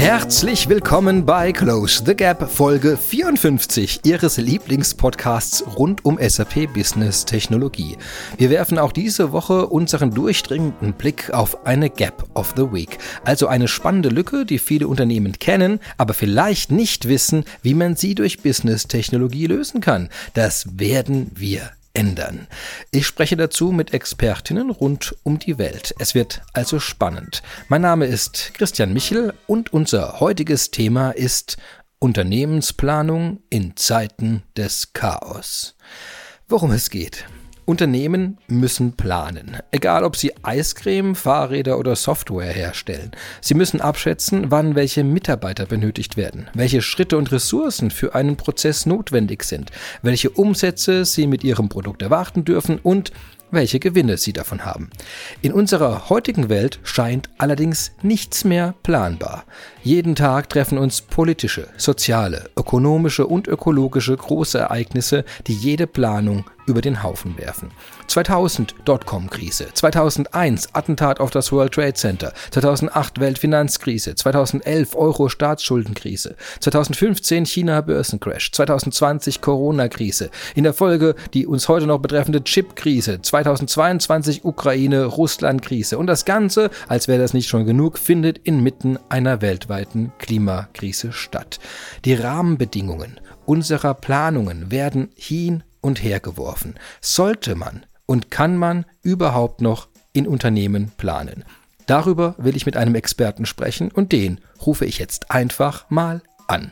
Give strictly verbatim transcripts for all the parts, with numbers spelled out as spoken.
Herzlich willkommen bei Close the Gap, Folge vierundfünfzig Ihres Lieblingspodcasts rund um S A P Business Technologie. Wir werfen auch diese Woche unseren durchdringenden Blick auf eine Gap of the Week, also eine spannende Lücke, die viele Unternehmen kennen, aber vielleicht nicht wissen, wie man sie durch Business Technologie lösen kann. Das werden wir ändern. Ich spreche dazu mit Expertinnen rund um die Welt. Es wird also spannend. Mein Name ist Christian Michel und unser heutiges Thema ist Unternehmensplanung in Zeiten des Chaos. Worum es geht. Unternehmen müssen planen, egal ob sie Eiscreme, Fahrräder oder Software herstellen. Sie müssen abschätzen, wann welche Mitarbeiter benötigt werden, welche Schritte und Ressourcen für einen Prozess notwendig sind, welche Umsätze sie mit ihrem Produkt erwarten dürfen und welche Gewinne sie davon haben. In unserer heutigen Welt scheint allerdings nichts mehr planbar. Jeden Tag treffen uns politische, soziale, ökonomische und ökologische große Ereignisse, die jede Planung über den Haufen werfen. zweitausend Dotcom-Krise, zweitausendeins Attentat auf das World Trade Center, zweitausendacht Weltfinanzkrise, zweitausendelf Euro-Staatsschuldenkrise, zweitausendfünfzehn China-Börsencrash, zweitausendzwanzig Corona-Krise, in der Folge die uns heute noch betreffende Chip-Krise, zweitausendzweiundzwanzig Ukraine-Russland-Krise und das Ganze, als wäre das nicht schon genug, findet inmitten einer weltweiten Klimakrise statt. Die Rahmenbedingungen unserer Planungen werden hin und her geworfen. Sollte man und kann man überhaupt noch in Unternehmen planen? Darüber will ich mit einem Experten sprechen und den rufe ich jetzt einfach mal an.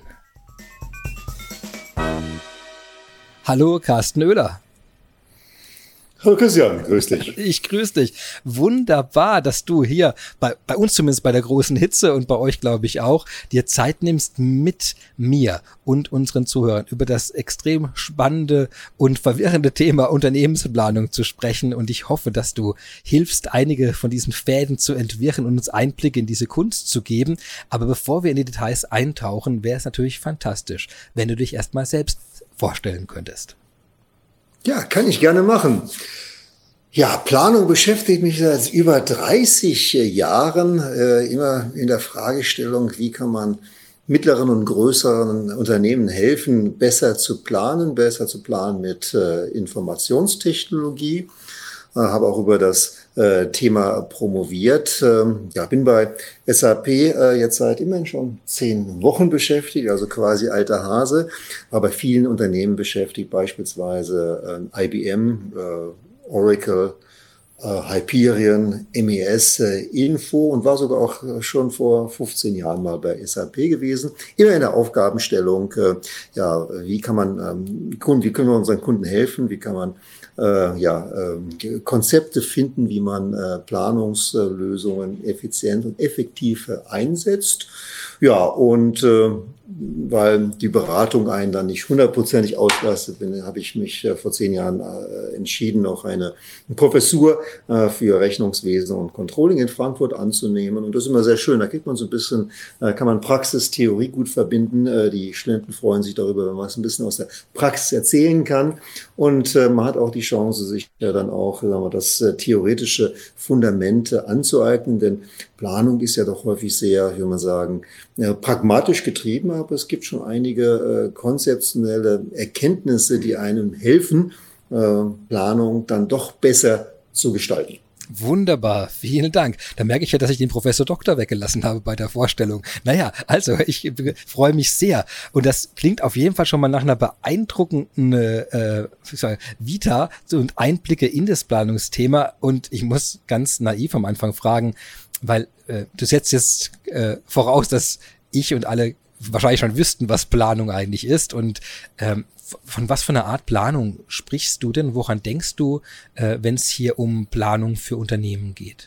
Hallo Carsten Oehler. Hallo Christian, grüß dich. Ich grüße dich. Wunderbar, dass du hier, bei, bei uns zumindest bei der großen Hitze und bei euch glaube ich auch, dir Zeit nimmst, mit mir und unseren Zuhörern über das extrem spannende und verwirrende Thema Unternehmensplanung zu sprechen. Und ich hoffe, dass du hilfst, einige von diesen Fäden zu entwirren und uns Einblicke in diese Kunst zu geben. Aber bevor wir in die Details eintauchen, wäre es natürlich fantastisch, wenn du dich erstmal selbst vorstellen könntest. Ja, kann ich gerne machen. Ja, Planung beschäftigt mich seit über dreißig Jahren äh, immer in der Fragestellung, wie kann man mittleren und größeren Unternehmen helfen, besser zu planen, besser zu planen mit äh, Informationstechnologie. Äh, habe auch über das äh, Thema promoviert. Ähm, ja, bin bei S A P äh, jetzt seit immerhin schon zehn Wochen beschäftigt, also quasi alter Hase, war bei vielen Unternehmen beschäftigt, beispielsweise äh, I B M, äh, Oracle, äh, Hyperion, M E S, äh, Info und war sogar auch äh, schon vor fünfzehn Jahren mal bei S A P gewesen. Immer in der Aufgabenstellung, äh, ja, wie kann man ähm, Kunden, wie können wir unseren Kunden helfen, wie kann man Äh, ja, äh, Konzepte finden, wie man äh, Planungslösungen effizient und effektiv äh, einsetzt. Ja, und äh, weil die Beratung einen dann nicht hundertprozentig auslastet, bin, habe ich mich äh, vor zehn Jahren äh, entschieden, auch eine, eine Professur äh, für Rechnungswesen und Controlling in Frankfurt anzunehmen. Und das ist immer sehr schön. Da kriegt man so ein bisschen, äh, kann man Praxis, Theorie gut verbinden. Äh, die Studenten freuen sich darüber, wenn man es ein bisschen aus der Praxis erzählen kann. Und äh, man hat auch die Chance, sich ja dann auch, sagen wir, das äh, theoretische Fundament äh, anzueignen, denn Planung ist ja doch häufig sehr, wie man sagen, äh, pragmatisch getrieben, aber es gibt schon einige äh, konzeptionelle Erkenntnisse, die einem helfen, äh, Planung dann doch besser zu gestalten. Wunderbar, vielen Dank. Da merke ich ja, dass ich den Professor Doktor weggelassen habe bei der Vorstellung. Naja, also ich freue mich sehr. Und das klingt auf jeden Fall schon mal nach einer beeindruckenden äh, Vita und Einblicke in das Planungsthema. Und ich muss ganz naiv am Anfang fragen, weil äh, du setzt jetzt äh, voraus, dass ich und alle wahrscheinlich schon wüssten, was Planung eigentlich ist. Und ähm, von was für einer Art Planung sprichst du denn? Woran denkst du, äh, wenn es hier um Planung für Unternehmen geht?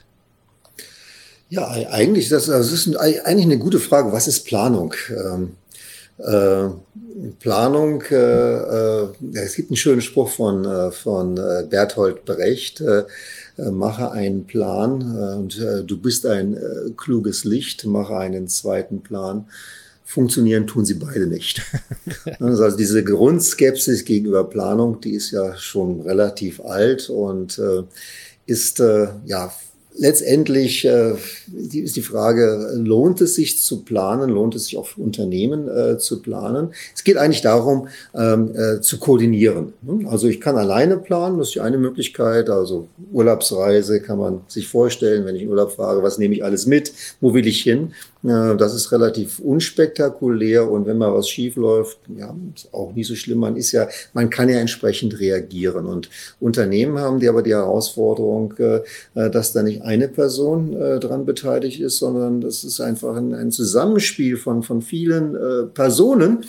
Ja, eigentlich, das, also das ist eigentlich eine gute Frage. Was ist Planung? Ähm, äh, Planung, äh, äh, es gibt einen schönen Spruch von, äh, von äh, Bertolt Brecht, äh, äh, mache einen Plan äh, und äh, du bist ein äh, kluges Licht, mache einen zweiten Plan. Funktionieren tun sie beide nicht. Also diese Grundskepsis gegenüber Planung, die ist ja schon relativ alt und äh, ist äh, ja letztendlich äh, die, ist die Frage, lohnt es sich zu planen, lohnt es sich auch für Unternehmen äh, zu planen? Es geht eigentlich darum, ähm, äh, zu koordinieren. Also ich kann alleine planen, das ist die eine Möglichkeit. Also Urlaubsreise kann man sich vorstellen, wenn ich in Urlaub fahre, was nehme ich alles mit, wo will ich hin? Das ist relativ unspektakulär und wenn mal was schief läuft, ja, ist auch nicht so schlimm. Man ist ja, man kann ja entsprechend reagieren. Und Unternehmen haben die aber die Herausforderung, dass da nicht eine Person dran beteiligt ist, sondern das ist einfach ein, ein Zusammenspiel von, von vielen Personen.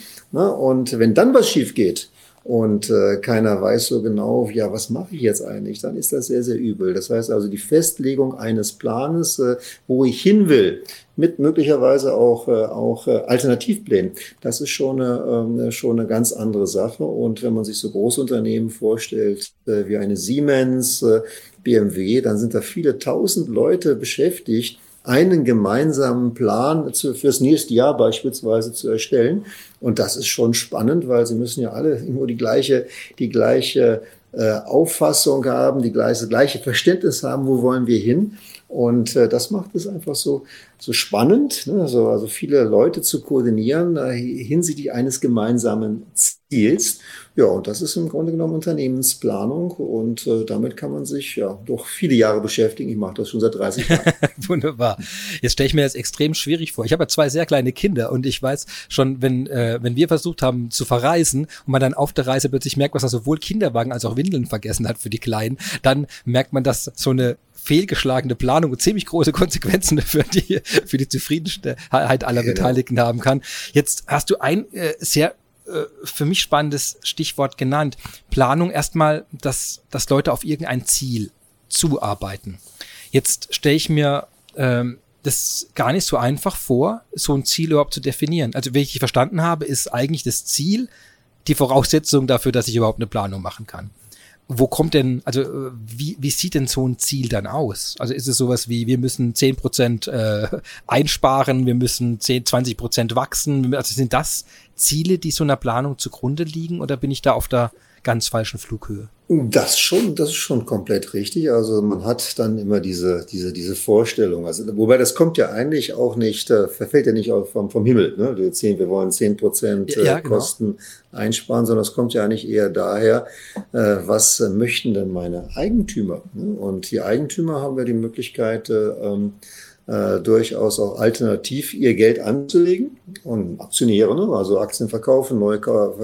Und wenn dann was schief geht, und äh, keiner weiß so genau, ja, was mache ich jetzt eigentlich, dann ist das sehr, sehr übel. Das heißt also, die Festlegung eines Planes, äh, wo ich hin will, mit möglicherweise auch, äh, auch äh, Alternativplänen, das ist schon eine, äh, schon eine ganz andere Sache. Und wenn man sich so Großunternehmen vorstellt, äh, wie eine Siemens, äh, B M W, dann sind da viele tausend Leute beschäftigt, einen gemeinsamen Plan zu, fürs nächste Jahr beispielsweise zu erstellen. Und das ist schon spannend, weil sie müssen ja alle nur die gleiche, die gleiche äh, Auffassung haben, die gleiche, gleiche Verständnis haben, wo wollen wir hin. Und äh, das macht es einfach so, so spannend, ne? also, also viele Leute zu koordinieren äh, hinsichtlich eines gemeinsamen Ziels. Ja, und das ist im Grunde genommen Unternehmensplanung und äh, damit kann man sich ja doch viele Jahre beschäftigen. Ich mache das schon seit dreißig Jahren. Wunderbar. Jetzt stelle ich mir das extrem schwierig vor. Ich habe ja zwei sehr kleine Kinder und ich weiß schon, wenn äh, wenn wir versucht haben zu verreisen und man dann auf der Reise plötzlich merkt, was er sowohl Kinderwagen als auch Windeln vergessen hat für die Kleinen, dann merkt man, dass so eine fehlgeschlagene Planung und ziemlich große Konsequenzen für die für die Zufriedenheit aller genau. Beteiligten haben kann. Jetzt hast du ein äh, sehr äh, für mich spannendes Stichwort genannt. Planung erstmal, dass dass Leute auf irgendein Ziel zuarbeiten. Jetzt stelle ich mir ähm, das gar nicht so einfach vor, so ein Ziel überhaupt zu definieren. Also, wie ich verstanden habe, ist eigentlich das Ziel die Voraussetzung dafür, dass ich überhaupt eine Planung machen kann. Wo kommt denn, also wie, wie sieht denn so ein Ziel dann aus? Also ist es sowas wie, wir müssen zehn Prozent äh, einsparen, wir müssen zehn, zwanzig Prozent wachsen? Also sind das Ziele, die so einer Planung zugrunde liegen oder bin ich da auf der ganz falschen Flughöhe? Das schon, das ist schon komplett richtig. Also man hat dann immer diese, diese, diese Vorstellung. Also, wobei das kommt ja eigentlich auch nicht, äh, verfällt ja nicht auf, vom, vom Himmel. Ne? Wir, zehn, wir wollen zehn Prozent äh, ja, genau. Kosten einsparen, sondern es kommt ja eigentlich eher daher, äh, was äh, möchten denn meine Eigentümer? Ne? Und die Eigentümer haben ja die Möglichkeit, äh, ähm, Äh, durchaus auch alternativ ihr Geld anzulegen und Aktionäre, ne? Also Aktien verkaufen, neu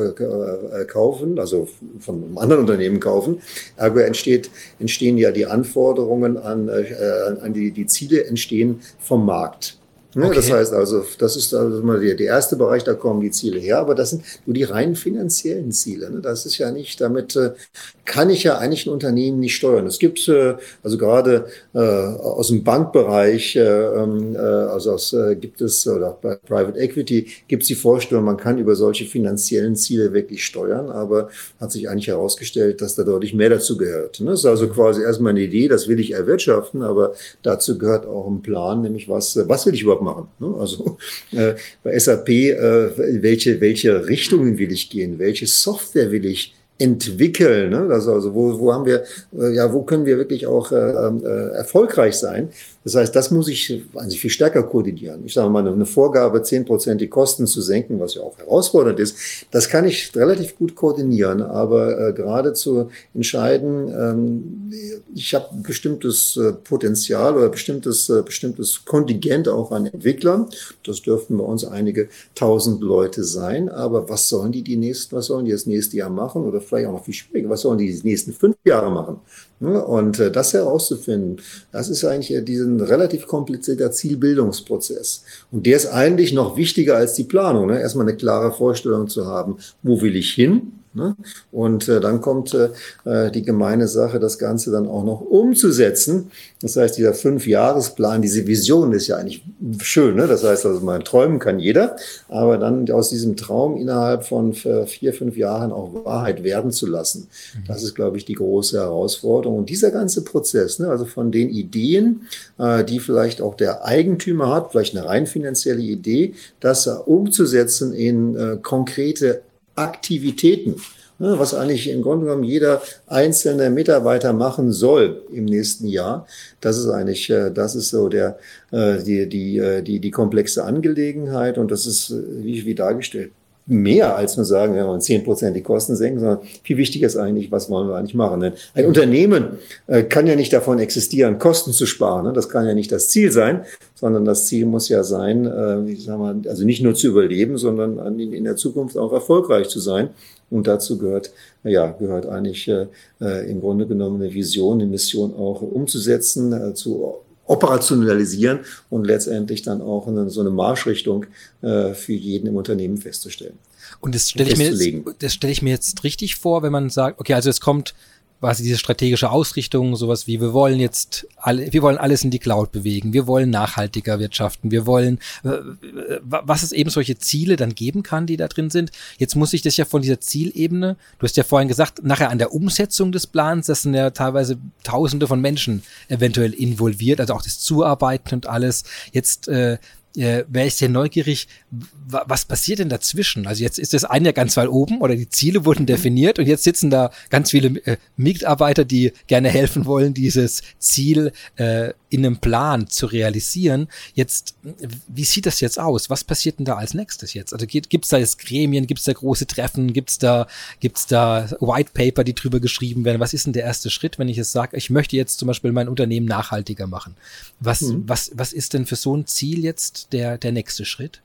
äh, kaufen, also von einem anderen Unternehmen kaufen. Ergo entsteht, entstehen ja die Anforderungen an, äh, an die, die Ziele entstehen vom Markt. Ja, okay. Das heißt also, das ist also mal der, der erste Bereich, da kommen die Ziele her, aber das sind nur die rein finanziellen Ziele. Ne? Das ist ja nicht, damit äh, kann ich ja eigentlich ein Unternehmen nicht steuern. Es gibt äh, also gerade äh, aus dem Bankbereich, äh, äh, also aus, äh, gibt es, oder bei Private Equity gibt es die Vorstellung, man kann über solche finanziellen Ziele wirklich steuern, aber hat sich eigentlich herausgestellt, dass da deutlich mehr dazu gehört. Ne? Das ist also quasi erstmal eine Idee, das will ich erwirtschaften, aber dazu gehört auch ein Plan, nämlich was, was will ich überhaupt machen. Also äh, bei S A P, äh, welche, welche Richtungen will ich gehen? Welche Software will ich entwickeln? Ne? Also, also wo, wo haben wir, äh, ja, wo können wir wirklich auch äh, äh, erfolgreich sein? Das heißt, das muss ich eigentlich viel stärker koordinieren. Ich sage mal, eine Vorgabe, zehn Prozent die Kosten zu senken, was ja auch herausfordernd ist, das kann ich relativ gut koordinieren. Aber äh, gerade zu entscheiden, ähm, ich habe bestimmtes äh, Potenzial oder bestimmtes, äh, bestimmtes Kontingent auch an Entwicklern. Das dürften bei uns einige tausend Leute sein. Aber was sollen die die nächsten, was sollen die das nächste Jahr machen? Oder vielleicht auch noch viel schwieriger, was sollen die die nächsten fünf Jahre machen? Ja, und äh, das herauszufinden, das ist eigentlich äh, diesen relativ komplizierter Zielbildungsprozess. Und der ist eigentlich noch wichtiger als die Planung. Ne? Erstmal eine klare Vorstellung zu haben, wo will ich hin? Ne? Und äh, dann kommt äh, die gemeine Sache, das Ganze dann auch noch umzusetzen. Das heißt, dieser Fünfjahresplan, diese Vision ist ja eigentlich schön. Ne? Das heißt, also mal träumen kann jeder, aber dann aus diesem Traum innerhalb von vier, fünf Jahren auch Wahrheit werden zu lassen. Das ist, glaube ich, die große Herausforderung. Und dieser ganze Prozess, ne, also von den Ideen, äh, die vielleicht auch der Eigentümer hat, vielleicht eine rein finanzielle Idee, das umzusetzen in äh, konkrete Aktivitäten. was eigentlich im Grunde genommen jeder einzelne Mitarbeiter machen soll im nächsten Jahr. Das ist eigentlich, das ist so der, die, die, die, die komplexe Angelegenheit und das ist, wie, wie dargestellt, mehr als nur sagen, wir wollen zehn Prozent die Kosten senken, sondern viel wichtiger ist eigentlich, was wollen wir eigentlich machen. Denn ein Unternehmen äh, kann ja nicht davon existieren, Kosten zu sparen. Ne? Das kann ja nicht das Ziel sein, sondern das Ziel muss ja sein, äh, ich sag mal, also nicht nur zu überleben, sondern in, in der Zukunft auch erfolgreich zu sein. Und dazu gehört, ja, gehört eigentlich äh, im Grunde genommen eine Vision, eine Mission auch umzusetzen, äh, zu operationalisieren und letztendlich dann auch eine, so eine Marschrichtung äh, für jeden im Unternehmen festzustellen. Und das stelle ich mir jetzt, das stelle ich mir jetzt richtig vor, wenn man sagt, okay, also es kommt quasi diese strategische Ausrichtung, sowas wie wir wollen jetzt alle, wir wollen alles in die Cloud bewegen, wir wollen nachhaltiger wirtschaften, wir wollen, äh, was es eben solche Ziele dann geben kann, die da drin sind. Jetzt muss ich das ja von dieser Zielebene, du hast ja vorhin gesagt, nachher an der Umsetzung des Plans, das sind ja teilweise Tausende von Menschen eventuell involviert, also auch das Zuarbeiten und alles. Jetzt äh, Äh, wäre ich sehr neugierig, w- was passiert denn dazwischen? Also jetzt ist das eine ja ganz weit oben oder die Ziele wurden definiert und jetzt sitzen da ganz viele äh, Mitarbeiter, die gerne helfen wollen, dieses Ziel äh, in einem Plan zu realisieren. Jetzt, wie sieht das jetzt aus? Was passiert denn da als nächstes jetzt? Also gibt es da jetzt Gremien, gibt es da große Treffen, gibt es da, gibt's da White Paper, die drüber geschrieben werden? Was ist denn der erste Schritt, wenn ich jetzt sage, ich möchte jetzt zum Beispiel mein Unternehmen nachhaltiger machen? Was, mhm. was, was ist denn für so ein Ziel jetzt der, der nächste Schritt?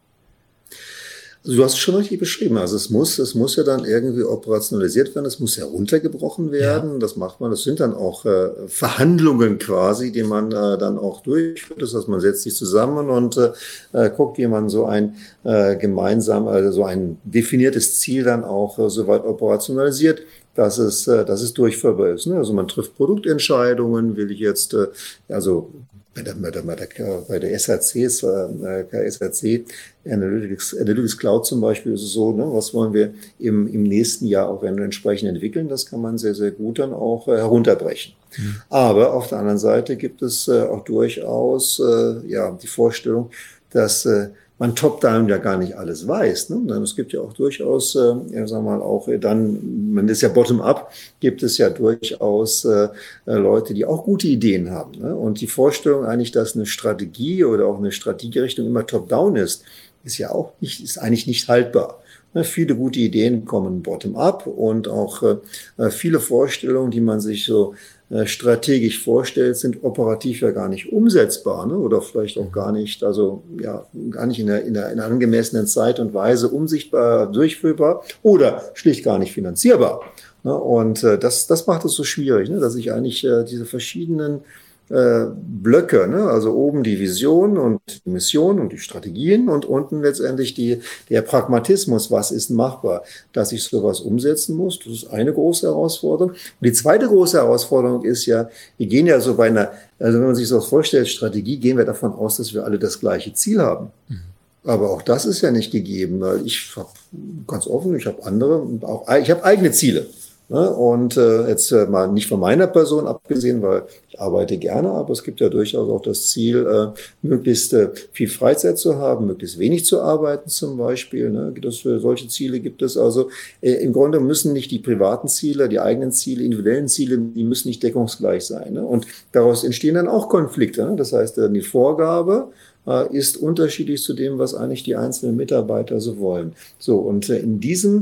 Also du hast es schon richtig beschrieben. Also es muss, es muss ja dann irgendwie operationalisiert werden, es muss heruntergebrochen werden. Ja. Das macht man. Das sind dann auch äh, Verhandlungen quasi, die man äh, dann auch durchführt. Das heißt, man setzt sich zusammen und äh, guckt, wie man so ein äh, gemeinsam, also so ein definiertes Ziel dann auch äh, soweit operationalisiert, dass es, äh, dass es durchführbar ist. Ne? Also man trifft Produktentscheidungen. Will ich jetzt, äh, also bei der, bei der, bei der S A C, äh, S A C Analytics, Analytics Cloud zum Beispiel ist es so, ne, was wollen wir im, im nächsten Jahr auch entsprechend entwickeln, das kann man sehr, sehr gut dann auch äh, herunterbrechen. Mhm. Aber auf der anderen Seite gibt es äh, auch durchaus äh, ja die Vorstellung, dass äh, man top-down ja gar nicht alles weiß. Ne? Es gibt ja auch durchaus, äh, ja, sagen wir mal, auch dann, man ist ja bottom-up, gibt es ja durchaus äh, Leute, die auch gute Ideen haben. Ne? Und die Vorstellung eigentlich, dass eine Strategie oder auch eine Strategierichtung immer top-down ist, ist ja auch nicht, ist eigentlich nicht haltbar. Ne? Viele gute Ideen kommen bottom-up und auch äh, viele Vorstellungen, die man sich so strategisch vorstellt, sind operativ ja gar nicht umsetzbar, ne? Oder vielleicht auch gar nicht, also ja, gar nicht in der, in der, in der angemessenen Zeit und Weise umsichtbar, durchführbar oder schlicht gar nicht finanzierbar. Ne? Und äh, das, das macht es so schwierig, ne? Dass ich eigentlich äh, diese verschiedenen äh, Blöcke, ne? Also oben die Vision und die Mission und die Strategien und unten letztendlich die, der Pragmatismus, was ist machbar, dass ich sowas umsetzen muss. Das ist eine große Herausforderung. Und die zweite große Herausforderung ist ja, wir gehen ja so bei einer, also wenn man sich so vorstellt, Strategie, gehen wir davon aus, dass wir alle das gleiche Ziel haben. Mhm. Aber auch das ist ja nicht gegeben, weil ich habe ganz offen, ich habe andere, auch ich habe eigene Ziele. Und äh, jetzt äh, mal nicht von meiner Person abgesehen, weil ich arbeite gerne, aber es gibt ja durchaus auch das Ziel, äh, möglichst äh, viel Freizeit zu haben, möglichst wenig zu arbeiten zum Beispiel. Ne? Das, für solche Ziele gibt es also. Äh, Im Grunde müssen nicht die privaten Ziele, die eigenen Ziele, individuellen Ziele, die müssen nicht deckungsgleich sein. Ne? Und daraus entstehen dann auch Konflikte. Ne? Das heißt, äh, die Vorgabe äh, ist unterschiedlich zu dem, was eigentlich die einzelnen Mitarbeiter so wollen. So, und äh, in diesem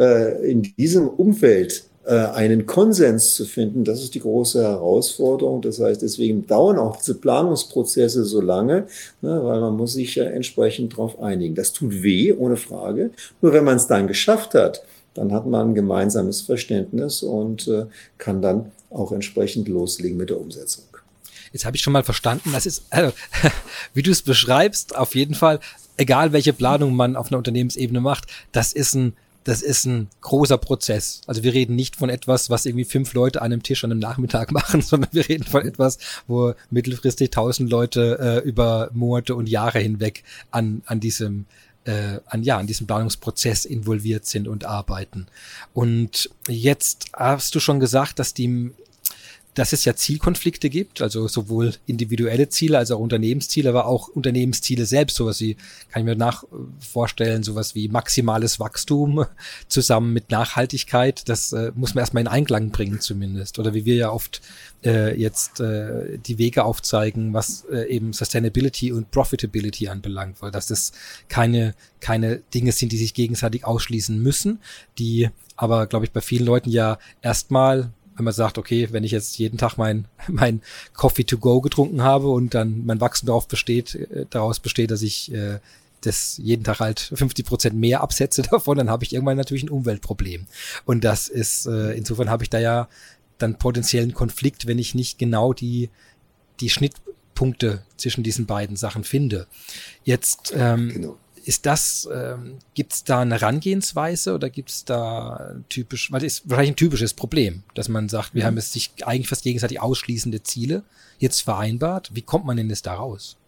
in diesem Umfeld einen Konsens zu finden, das ist die große Herausforderung. Das heißt, deswegen dauern auch diese Planungsprozesse so lange, ne, weil man muss sich ja entsprechend darauf einigen. Das tut weh, ohne Frage. Nur wenn man es dann geschafft hat, dann hat man ein gemeinsames Verständnis und äh, kann dann auch entsprechend loslegen mit der Umsetzung. Jetzt habe ich schon mal verstanden, das ist, also, wie du es beschreibst, auf jeden Fall, egal welche Planung man auf einer Unternehmensebene macht, das ist ein Das ist ein großer Prozess. Also wir reden nicht von etwas, was irgendwie fünf Leute an einem Tisch an einem Nachmittag machen, sondern wir reden von etwas, wo mittelfristig tausend Leute äh, über Monate und Jahre hinweg an an diesem äh, an ja an diesem Planungsprozess involviert sind und arbeiten. Und jetzt hast du schon gesagt, dass die dass es ja Zielkonflikte gibt, also sowohl individuelle Ziele als auch Unternehmensziele, aber auch Unternehmensziele selbst, sowas wie, kann ich mir nach vorstellen, sowas wie maximales Wachstum zusammen mit Nachhaltigkeit, das äh, muss man erstmal in Einklang bringen zumindest. Oder wie wir ja oft äh, jetzt äh, die Wege aufzeigen, was äh, eben Sustainability und Profitability anbelangt, weil dass das keine, keine Dinge sind, die sich gegenseitig ausschließen müssen, die aber, glaube ich, bei vielen Leuten ja erstmal, wenn man sagt, okay, wenn ich jetzt jeden Tag mein, mein Coffee to go getrunken habe und dann mein Wachstum darauf besteht, äh, daraus besteht, dass ich äh, das jeden Tag halt fünfzig Prozent mehr absetze davon, dann habe ich irgendwann natürlich ein Umweltproblem. Und das ist, äh, insofern habe ich da ja dann potenziellen Konflikt, wenn ich nicht genau die, die Schnittpunkte zwischen diesen beiden Sachen finde. Jetzt, ähm, genau. Ist das, ähm, gibt es da eine Herangehensweise oder gibt es da typisch, weil das ist wahrscheinlich ein typisches Problem, dass man sagt, wir mhm. haben jetzt sich eigentlich fast gegenseitig ausschließende Ziele jetzt vereinbart. Wie kommt man denn jetzt da raus?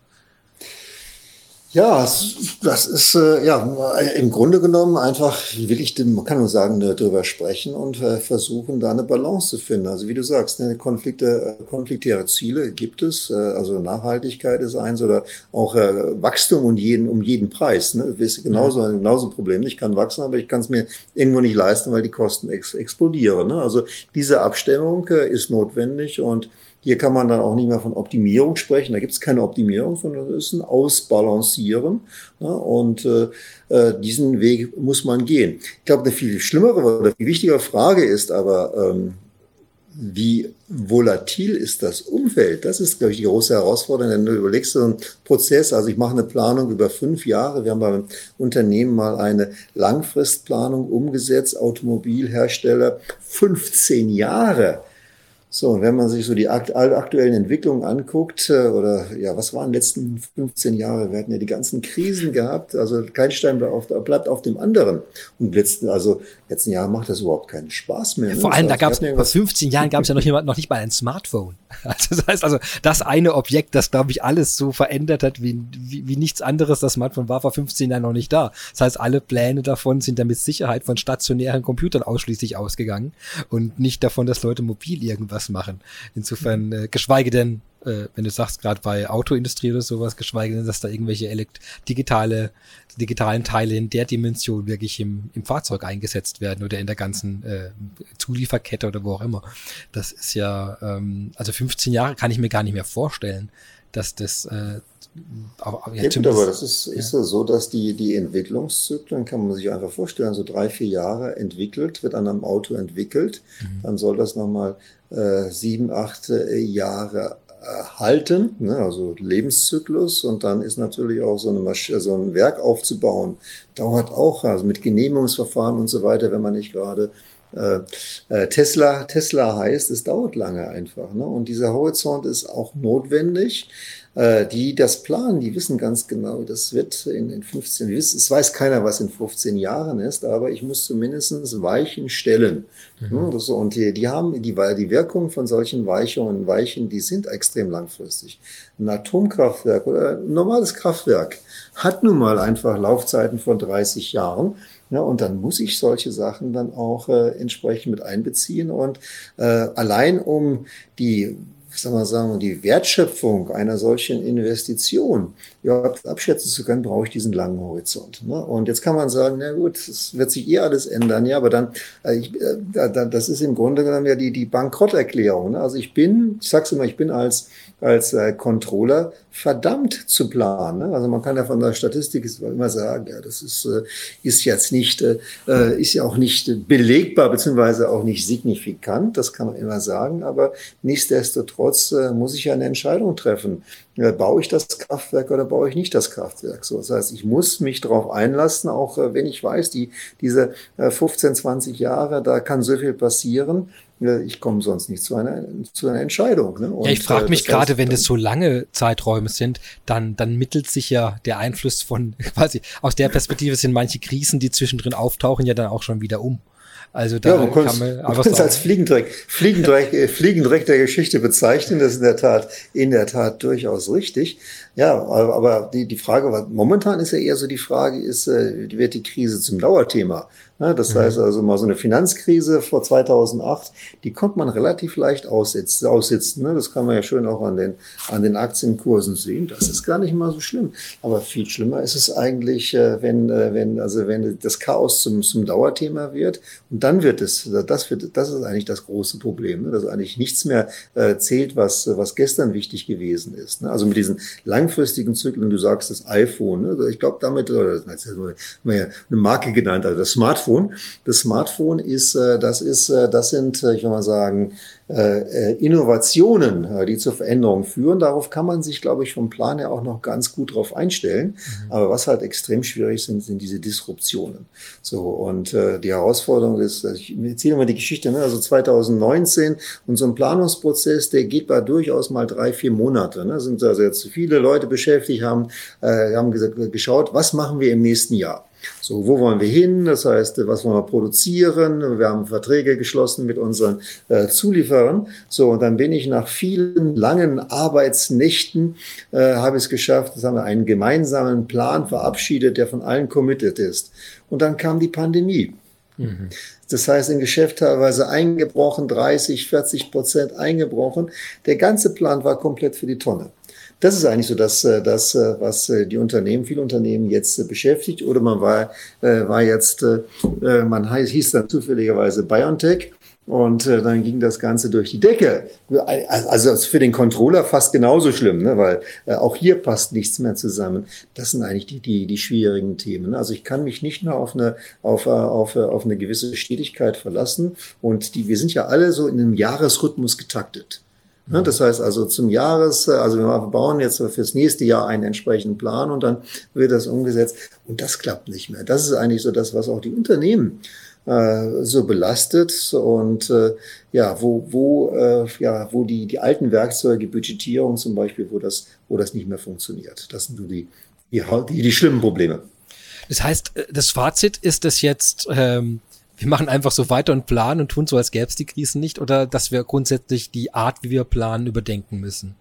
Ja, das ist äh, ja im Grunde genommen einfach, wie will ich denn, man kann nur sagen, darüber sprechen und äh, versuchen, da eine Balance zu finden. Also wie du sagst, ne, Konflikte, konfliktäre Ziele gibt es, äh, also Nachhaltigkeit ist eins oder auch äh, Wachstum um jeden, um jeden Preis. Ne? Das ist genauso, ja. genauso ein Problem. Ich kann wachsen, aber ich kann es mir irgendwo nicht leisten, weil die Kosten ex explodieren. Ne? Also diese Abstimmung äh, ist notwendig und hier kann man dann auch nicht mehr von Optimierung sprechen. Da gibt es keine Optimierung, sondern es ist ein Ausbalancieren. Ja, und äh, diesen Weg muss man gehen. Ich glaube, eine viel schlimmere oder viel wichtigere Frage ist aber, ähm, wie volatil ist das Umfeld? Das ist, glaube ich, die große Herausforderung. Wenn du überlegst, so einen Prozess, also ich mache eine Planung über fünf Jahre. Wir haben beim Unternehmen mal eine Langfristplanung umgesetzt, Automobilhersteller, fünfzehn Jahre. So, und wenn man sich so die akt aktuellen Entwicklungen anguckt, oder ja, was waren die letzten fünfzehn Jahre? Wir hatten ja die ganzen Krisen gehabt, also kein Stein bleibt auf dem anderen. Und letzten, also letzten Jahren macht das überhaupt keinen Spaß mehr. Ne? Vor allem, da gab es vor fünfzehn Jahren gab es ja noch, jemand, noch nicht mal ein Smartphone. Also das heißt also, das eine Objekt, das, glaube ich, alles so verändert hat, wie, wie, wie nichts anderes. Das Smartphone war vor fünfzehn Jahren noch nicht da. Das heißt, alle Pläne davon sind da mit Sicherheit von stationären Computern ausschließlich ausgegangen und nicht davon, dass Leute mobil irgendwas machen. Insofern, äh, geschweige denn, äh, wenn du sagst, gerade bei Autoindustrie oder sowas, geschweige denn, dass da irgendwelche elekt digitale, digitalen Teile in der Dimension wirklich im, im Fahrzeug eingesetzt werden oder in der ganzen äh, Zulieferkette oder wo auch immer. Das ist ja, ähm, also fünfzehn Jahre kann ich mir gar nicht mehr vorstellen, dass das äh, aber, aber, ja, gut, aber das ist, ist ja so, dass die, die Entwicklungszyklen, kann man sich einfach vorstellen, so drei, vier Jahre entwickelt, wird an einem Auto entwickelt, mhm. dann soll das nochmal äh, sieben, acht äh, Jahre äh, halten, ne, also Lebenszyklus, und dann ist natürlich auch so, eine Masch so ein Werk aufzubauen, dauert auch, also mit Genehmigungsverfahren und so weiter, wenn man nicht gerade Äh, Tesla, Tesla heißt, es dauert lange einfach. Ne? Und dieser Horizont ist auch notwendig. Äh, die das planen, die wissen ganz genau, das wird in, in fünfzehn, es weiß keiner, was in fünfzehn Jahren ist, aber ich muss zumindest Weichen stellen. Mhm. Ne? Das, und die, die haben, die, die Wirkung von solchen Weichungen, Weichen, die sind extrem langfristig. Ein Atomkraftwerk oder ein normales Kraftwerk hat nun mal einfach Laufzeiten von dreißig Jahren. Ja, und dann muss ich solche Sachen dann auch äh, entsprechend mit einbeziehen. Und äh, allein um die, sagen wir sagen, die Wertschöpfung einer solchen Investition ja, abschätzen zu können, brauche ich diesen langen Horizont. Ne? Und jetzt kann man sagen, na gut, es wird sich eh alles ändern. Ja, aber dann, äh, ich, äh, das ist im Grunde genommen ja die, die Bankrotterklärung. Ne? Also ich bin, ich sag's immer, ich bin als als äh, Controller verdammt zu planen. Ne? Also man kann ja von der Statistik immer sagen, ja, das ist, äh, ist jetzt nicht, äh, ist ja auch nicht belegbar, beziehungsweise auch nicht signifikant, das kann man immer sagen, aber nichtsdestotrotz äh, muss ich ja eine Entscheidung treffen. Äh, baue ich das Kraftwerk oder baue ich nicht das Kraftwerk? So, das heißt, ich muss mich darauf einlassen, auch äh, wenn ich weiß, die, diese äh, fünfzehn, zwanzig Jahre, da kann so viel passieren. Ich komme sonst nicht zu einer, zu einer Entscheidung. Ne? Und, ja, ich frage mich gerade, wenn das so lange Zeiträume sind, dann, dann mittelt sich ja der Einfluss von, quasi, aus der Perspektive sind manche Krisen, die zwischendrin auftauchen, ja dann auch schon wieder um. Also da ja, man kann man man es als Fliegendreck, Fliegendreck, äh, Fliegendreck der Geschichte bezeichnen. Das ist in der Tat, in der Tat durchaus richtig. Ja, aber, aber die, die Frage, momentan ist ja eher so die Frage, ist, äh, wird die Krise zum Dauerthema? Ja, das mhm. heißt also mal so eine Finanzkrise vor zweitausendacht, die konnte man relativ leicht aussitzen. aussitzen ne? Das kann man ja schön auch an den, an den Aktienkursen sehen. Das ist gar nicht mal so schlimm. Aber viel schlimmer ist es eigentlich, äh, wenn, äh, wenn, also wenn das Chaos zum, zum Dauerthema wird. Und dann wird es, das wird, das ist eigentlich das große Problem, ne? Dass eigentlich nichts mehr äh, zählt, was, was gestern wichtig gewesen ist. Ne? Also mit diesen langfristigen Zyklen, du sagst das iPhone, ne? Ich glaube damit, oder das ist eine Marke genannt, also das Smartphone. Das Smartphone ist, das ist, das sind, ich will mal sagen, Innovationen, die zur Veränderung führen. Darauf kann man sich, glaube ich, vom Plan her auch noch ganz gut drauf einstellen. Mhm. Aber was halt extrem schwierig sind, sind diese Disruptionen. So, und äh, die Herausforderung ist, ich erzähle mal die Geschichte, ne? Also zweitausendneunzehn, und so ein Planungsprozess, der geht da durchaus mal drei, vier Monate. Ne? Sind also jetzt viele Leute beschäftigt, haben, äh, haben gesagt, geschaut, was machen wir im nächsten Jahr? So, wo wollen wir hin? Das heißt, was wollen wir produzieren? Wir haben Verträge geschlossen mit unseren äh, Zulieferern. So, und dann bin ich nach vielen langen Arbeitsnächten, äh, habe ich es geschafft, das haben wir einen gemeinsamen Plan verabschiedet, der von allen committed ist. Und dann kam die Pandemie. Mhm. Das heißt, im Geschäft teilweise eingebrochen, dreißig, vierzig Prozent eingebrochen. Der ganze Plan war komplett für die Tonne. Das ist eigentlich so das, das, was die Unternehmen, viele Unternehmen jetzt beschäftigt. Oder man war, war jetzt, man hieß dann zufälligerweise BioNTech. Und äh, dann ging das Ganze durch die Decke. Also für den Controller fast genauso schlimm, ne? Weil äh, auch hier passt nichts mehr zusammen. Das sind eigentlich die, die, die schwierigen Themen. Also ich kann mich nicht nur auf eine, auf, auf, auf eine gewisse Stetigkeit verlassen. Und die, wir sind ja alle so in einem Jahresrhythmus getaktet. Mhm. Das heißt also zum Jahres, also wir bauen jetzt fürs nächste Jahr einen entsprechenden Plan und dann wird das umgesetzt. Und das klappt nicht mehr. Das ist eigentlich so das, was auch die Unternehmen so belastet und äh, ja, wo, wo, äh, ja, wo die, die alten Werkzeuge, Budgetierung zum Beispiel, wo das, wo das nicht mehr funktioniert. Das sind so die, die, die, die schlimmen Probleme. Das heißt, das Fazit ist das jetzt, ähm, wir machen einfach so weiter und planen und tun so, als gäbe es die Krisen nicht, oder dass wir grundsätzlich die Art, wie wir planen, überdenken müssen?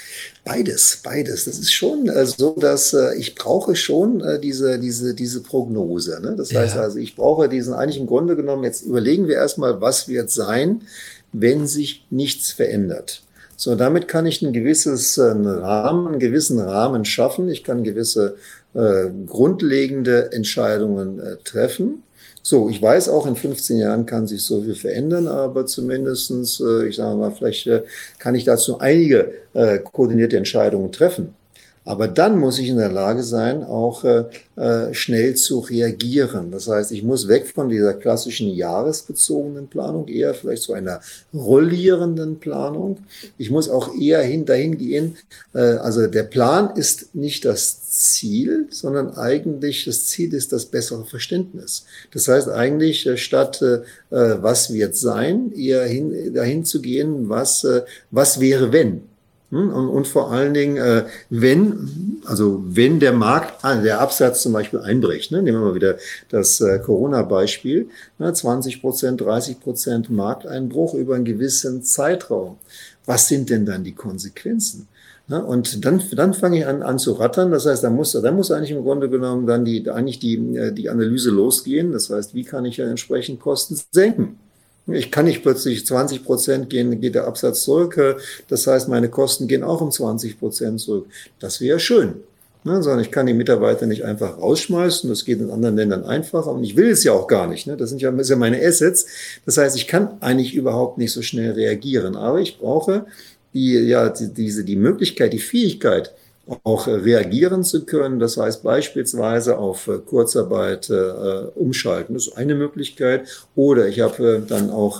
Beides, beides. Das ist schon äh, so, dass äh, ich brauche schon äh, diese, diese, diese Prognose. Ne? Das ja. heißt also, ich brauche diesen eigentlich im Grunde genommen, jetzt überlegen wir erstmal, was wird sein, wenn sich nichts verändert. So, damit kann ich ein gewisses äh, Rahmen, einen gewissen Rahmen schaffen. Ich kann gewisse äh, grundlegende Entscheidungen äh, treffen. So, ich weiß auch, in fünfzehn Jahren kann sich so viel verändern, aber zumindestens, äh, ich sage mal, vielleicht äh, kann ich dazu einige äh, koordinierte Entscheidungen treffen. Aber dann muss ich in der Lage sein, auch äh, äh, schnell zu reagieren. Das heißt, ich muss weg von dieser klassischen jahresbezogenen Planung, eher vielleicht zu einer rollierenden Planung. Ich muss auch eher hin, dahin gehen. Äh, also der Plan ist nicht das Ziel, sondern eigentlich das Ziel ist das bessere Verständnis. Das heißt eigentlich, äh, statt äh, was wird sein, eher hin, dahin zu gehen, was, äh, was wäre, wenn. Und, und vor allen Dingen, äh, wenn, also wenn der Markt, der Absatz zum Beispiel einbricht, ne, nehmen wir mal wieder das äh, Corona-Beispiel, ne, zwanzig Prozent, dreißig Prozent Markteinbruch über einen gewissen Zeitraum. Was sind denn dann die Konsequenzen? Ne, und dann, dann fange ich an, an zu rattern. Das heißt, da muss, da muss eigentlich im Grunde genommen dann die, eigentlich die, die Analyse losgehen. Das heißt, wie kann ich ja entsprechend Kosten senken? Ich kann nicht plötzlich zwanzig Prozent gehen, geht der Absatz zurück. Das heißt, meine Kosten gehen auch um zwanzig Prozent zurück. Das wäre schön. Ne, sondern ich kann die Mitarbeiter nicht einfach rausschmeißen. Das geht in anderen Ländern einfacher. Und ich will es ja auch gar nicht. Ne? Das sind ja, das sind ja meine Assets. Das heißt, ich kann eigentlich überhaupt nicht so schnell reagieren. Aber ich brauche die, ja, die, diese, die Möglichkeit, die Fähigkeit, auch reagieren zu können. Das heißt beispielsweise auf Kurzarbeit äh, umschalten. Das ist eine Möglichkeit. Oder ich habe äh, dann auch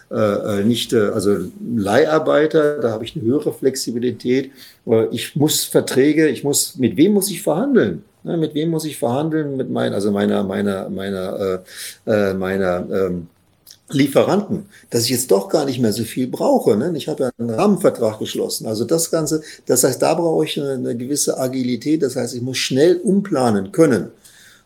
äh, nicht, äh, also Leiharbeiter, da habe ich eine höhere Flexibilität. Ich muss Verträge, ich muss, mit wem muss ich verhandeln? Ja, mit wem muss ich verhandeln? Mit meiner, also meiner, meiner, meiner, äh, meiner, ähm, Lieferanten, dass ich jetzt doch gar nicht mehr so viel brauche. Ne? Ich habe ja einen Rahmenvertrag geschlossen. Also das Ganze, das heißt, da brauche ich eine, eine gewisse Agilität. Das heißt, ich muss schnell umplanen können.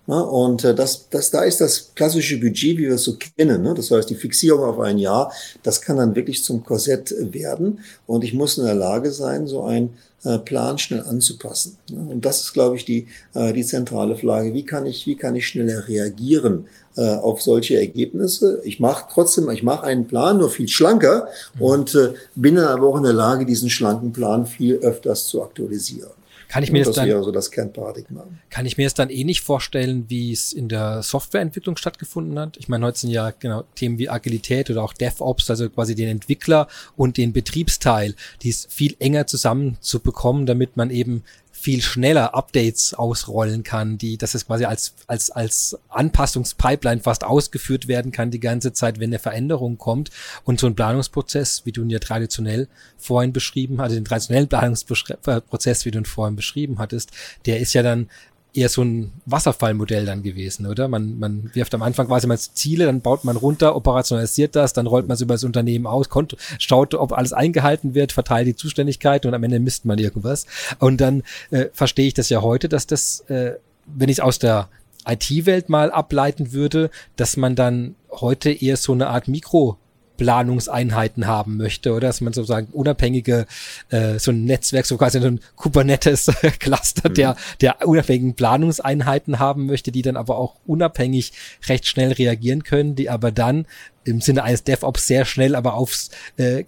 Ja, und äh, das, das, da ist das klassische Budget, wie wir es so kennen. Ne? Das heißt, die Fixierung auf ein Jahr, das kann dann wirklich zum Korsett werden. Und ich muss in der Lage sein, so ein äh, Plan schnell anzupassen. Ja? Und das ist, glaube ich, die, äh, die zentrale Frage. Wie kann ich, wie kann ich schneller reagieren äh, auf solche Ergebnisse? Ich mache trotzdem, ich mache einen Plan, nur viel schlanker mhm. und äh, bin dann aber auch in der Lage, diesen schlanken Plan viel öfters zu aktualisieren. Kann ich mir das, das dann, so das Kernparadigma. Kann ich mir das dann ähnlich vorstellen, wie es in der Softwareentwicklung stattgefunden hat? Ich meine, heute sind ja genau Themen wie Agilität oder auch DevOps, also quasi den Entwickler und den Betriebsteil, die ist viel enger zusammen zu bekommen, damit man eben viel schneller Updates ausrollen kann, die, dass es quasi als, als, als Anpassungspipeline fast ausgeführt werden kann die ganze Zeit, wenn eine Veränderung kommt. Und so ein Planungsprozess, wie du ihn ja traditionell vorhin beschrieben hattest, den traditionellen Planungsprozess, wie du ihn vorhin beschrieben hattest, der ist ja dann eher so ein Wasserfallmodell dann gewesen, oder? Man, man wirft am Anfang quasi mal Ziele, dann baut man runter, operationalisiert das, dann rollt man es über das Unternehmen aus, kont- schaut, ob alles eingehalten wird, verteilt die Zuständigkeit und am Ende misst man irgendwas. Und dann äh, verstehe ich das ja heute, dass das, äh, wenn ich es aus der I T-Welt mal ableiten würde, dass man dann heute eher so eine Art Mikro Planungseinheiten haben möchte, oder dass man sozusagen unabhängige, äh, so ein Netzwerk, so quasi so ein Kubernetes-Cluster, mhm. der, der unabhängigen Planungseinheiten haben möchte, die dann aber auch unabhängig recht schnell reagieren können, die aber dann im Sinne eines DevOps sehr schnell aber aufs äh,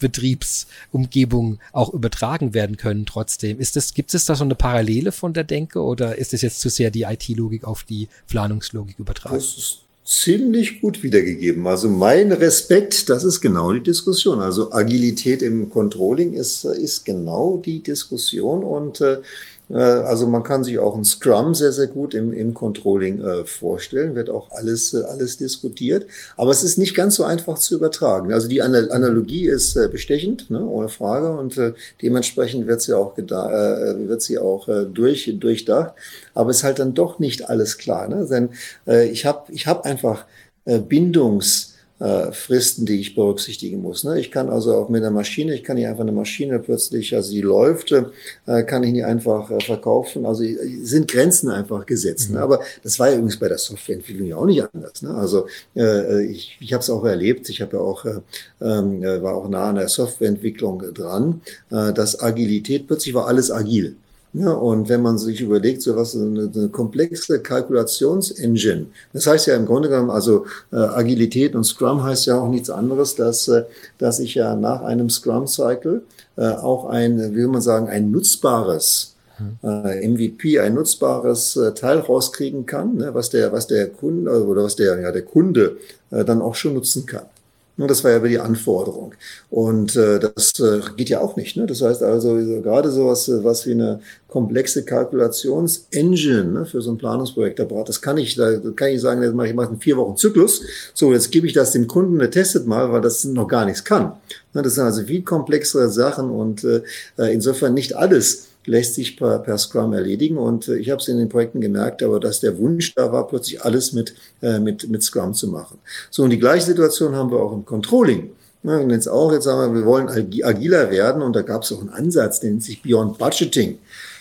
Gesamtbetriebsumgebung auch übertragen werden können trotzdem. Ist das, gibt es da so eine Parallele von der Denke oder ist das jetzt zu sehr die I T-Logik auf die Planungslogik übertragen? Das ist ziemlich gut wiedergegeben. Also mein Respekt, das ist genau die Diskussion. Also Agilität im Controlling ist, ist genau die Diskussion und äh, also man kann sich auch ein Scrum sehr, sehr gut im, im Controlling äh, vorstellen, wird auch alles, äh, alles diskutiert. Aber es ist nicht ganz so einfach zu übertragen. Also die Anal- Analogie ist äh, bestechend, ne, ohne Frage. Und äh, dementsprechend wird sie auch, geda- äh, wird sie auch äh, durch, durchdacht. Aber es ist halt dann doch nicht alles klar. Ne? Denn äh, ich habe ich hab einfach äh, Bindungs- Äh, Fristen, die ich berücksichtigen muss. Ne? Ich kann also auch mit einer Maschine, ich kann nicht einfach eine Maschine plötzlich, also die läuft, äh, kann ich nicht einfach äh, verkaufen. Also äh, sind Grenzen einfach gesetzt. Mhm. Ne? Aber das war ja übrigens bei der Softwareentwicklung ja auch nicht anders. Ne? Also äh, ich, ich habe es auch erlebt. Ich habe ja auch äh, äh, war auch nah an der Softwareentwicklung dran, äh, dass Agilität plötzlich war alles agil. Ja, und wenn man sich überlegt, so was eine, eine komplexe Kalkulationsengine, das heißt ja im Grunde genommen, also äh, Agilität und Scrum heißt ja auch nichts anderes, dass, äh, dass ich ja nach einem Scrum-Cycle äh, auch ein, wie will man sagen, ein nutzbares äh, M V P, ein nutzbares äh, Teil rauskriegen kann, ne, was der, was der Kunde oder was der, ja, der Kunde äh, dann auch schon nutzen kann. Das war ja über die Anforderung. Und äh, das äh, geht ja auch nicht. Ne? Das heißt also, gerade sowas was wie eine komplexe Kalkulationsengine ne, für so ein Planungsprojekt, das kann ich, da kann ich sagen, das mache ich mache einen vier Wochen Zyklus. So, jetzt gebe ich das dem Kunden, der testet mal, weil das noch gar nichts kann. Ne, das sind also viel komplexere Sachen und äh, insofern nicht alles lässt sich per, per Scrum erledigen. Und äh, ich habe es in den Projekten gemerkt, aber dass der Wunsch da war, plötzlich alles mit, äh, mit, mit Scrum zu machen. So, und die gleiche Situation haben wir auch im Controlling. Ja, und jetzt auch, jetzt sagen wir, wir wollen agiler werden und da gab es auch einen Ansatz, der nennt sich Beyond Budgeting.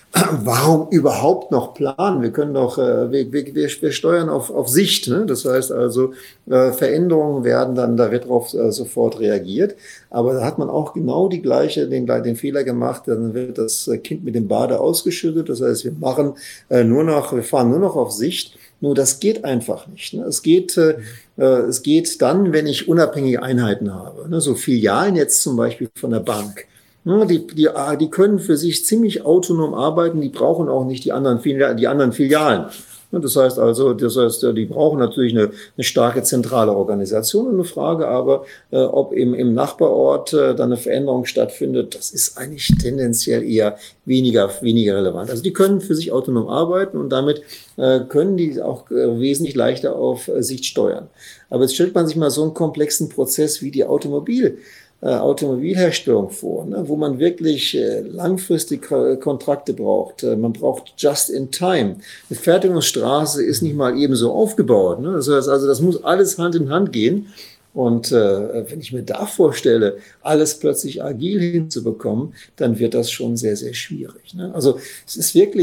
Warum überhaupt noch planen? Wir können doch, äh, wir, wir, wir steuern auf, auf Sicht. Ne? Das heißt also, äh, Veränderungen werden dann, da wird darauf äh, sofort reagiert. Aber da hat man auch genau die gleiche, den, den Fehler gemacht. Dann wird das Kind mit dem Bade ausgeschüttet. Das heißt, wir machen äh, nur noch, wir fahren nur noch auf Sicht. Nur das geht einfach nicht. Ne? Es geht, äh, es geht dann, wenn ich unabhängige Einheiten habe. Ne? So Filialen jetzt zum Beispiel von der Bank. Die, die, die können für sich ziemlich autonom arbeiten, die brauchen auch nicht die anderen, die anderen Filialen. Das heißt also, das heißt, die brauchen natürlich eine, eine starke zentrale Organisation. Und eine Frage aber, ob im, im Nachbarort dann eine Veränderung stattfindet, das ist eigentlich tendenziell eher weniger, weniger relevant. Also die können für sich autonom arbeiten und damit können die auch wesentlich leichter auf Sicht steuern. Aber jetzt stellt man sich mal so einen komplexen Prozess wie die Automobil Automobilherstellung vor, ne, wo man wirklich äh, langfristig Kontrakte braucht. Äh, man braucht just in time. Eine Fertigungsstraße ist nicht mal eben so aufgebaut. Ne? Das heißt also, das muss alles Hand in Hand gehen. Und äh, wenn ich mir da vorstelle, alles plötzlich agil hinzubekommen, dann wird das schon sehr, sehr schwierig. Ne? Also es ist wirklich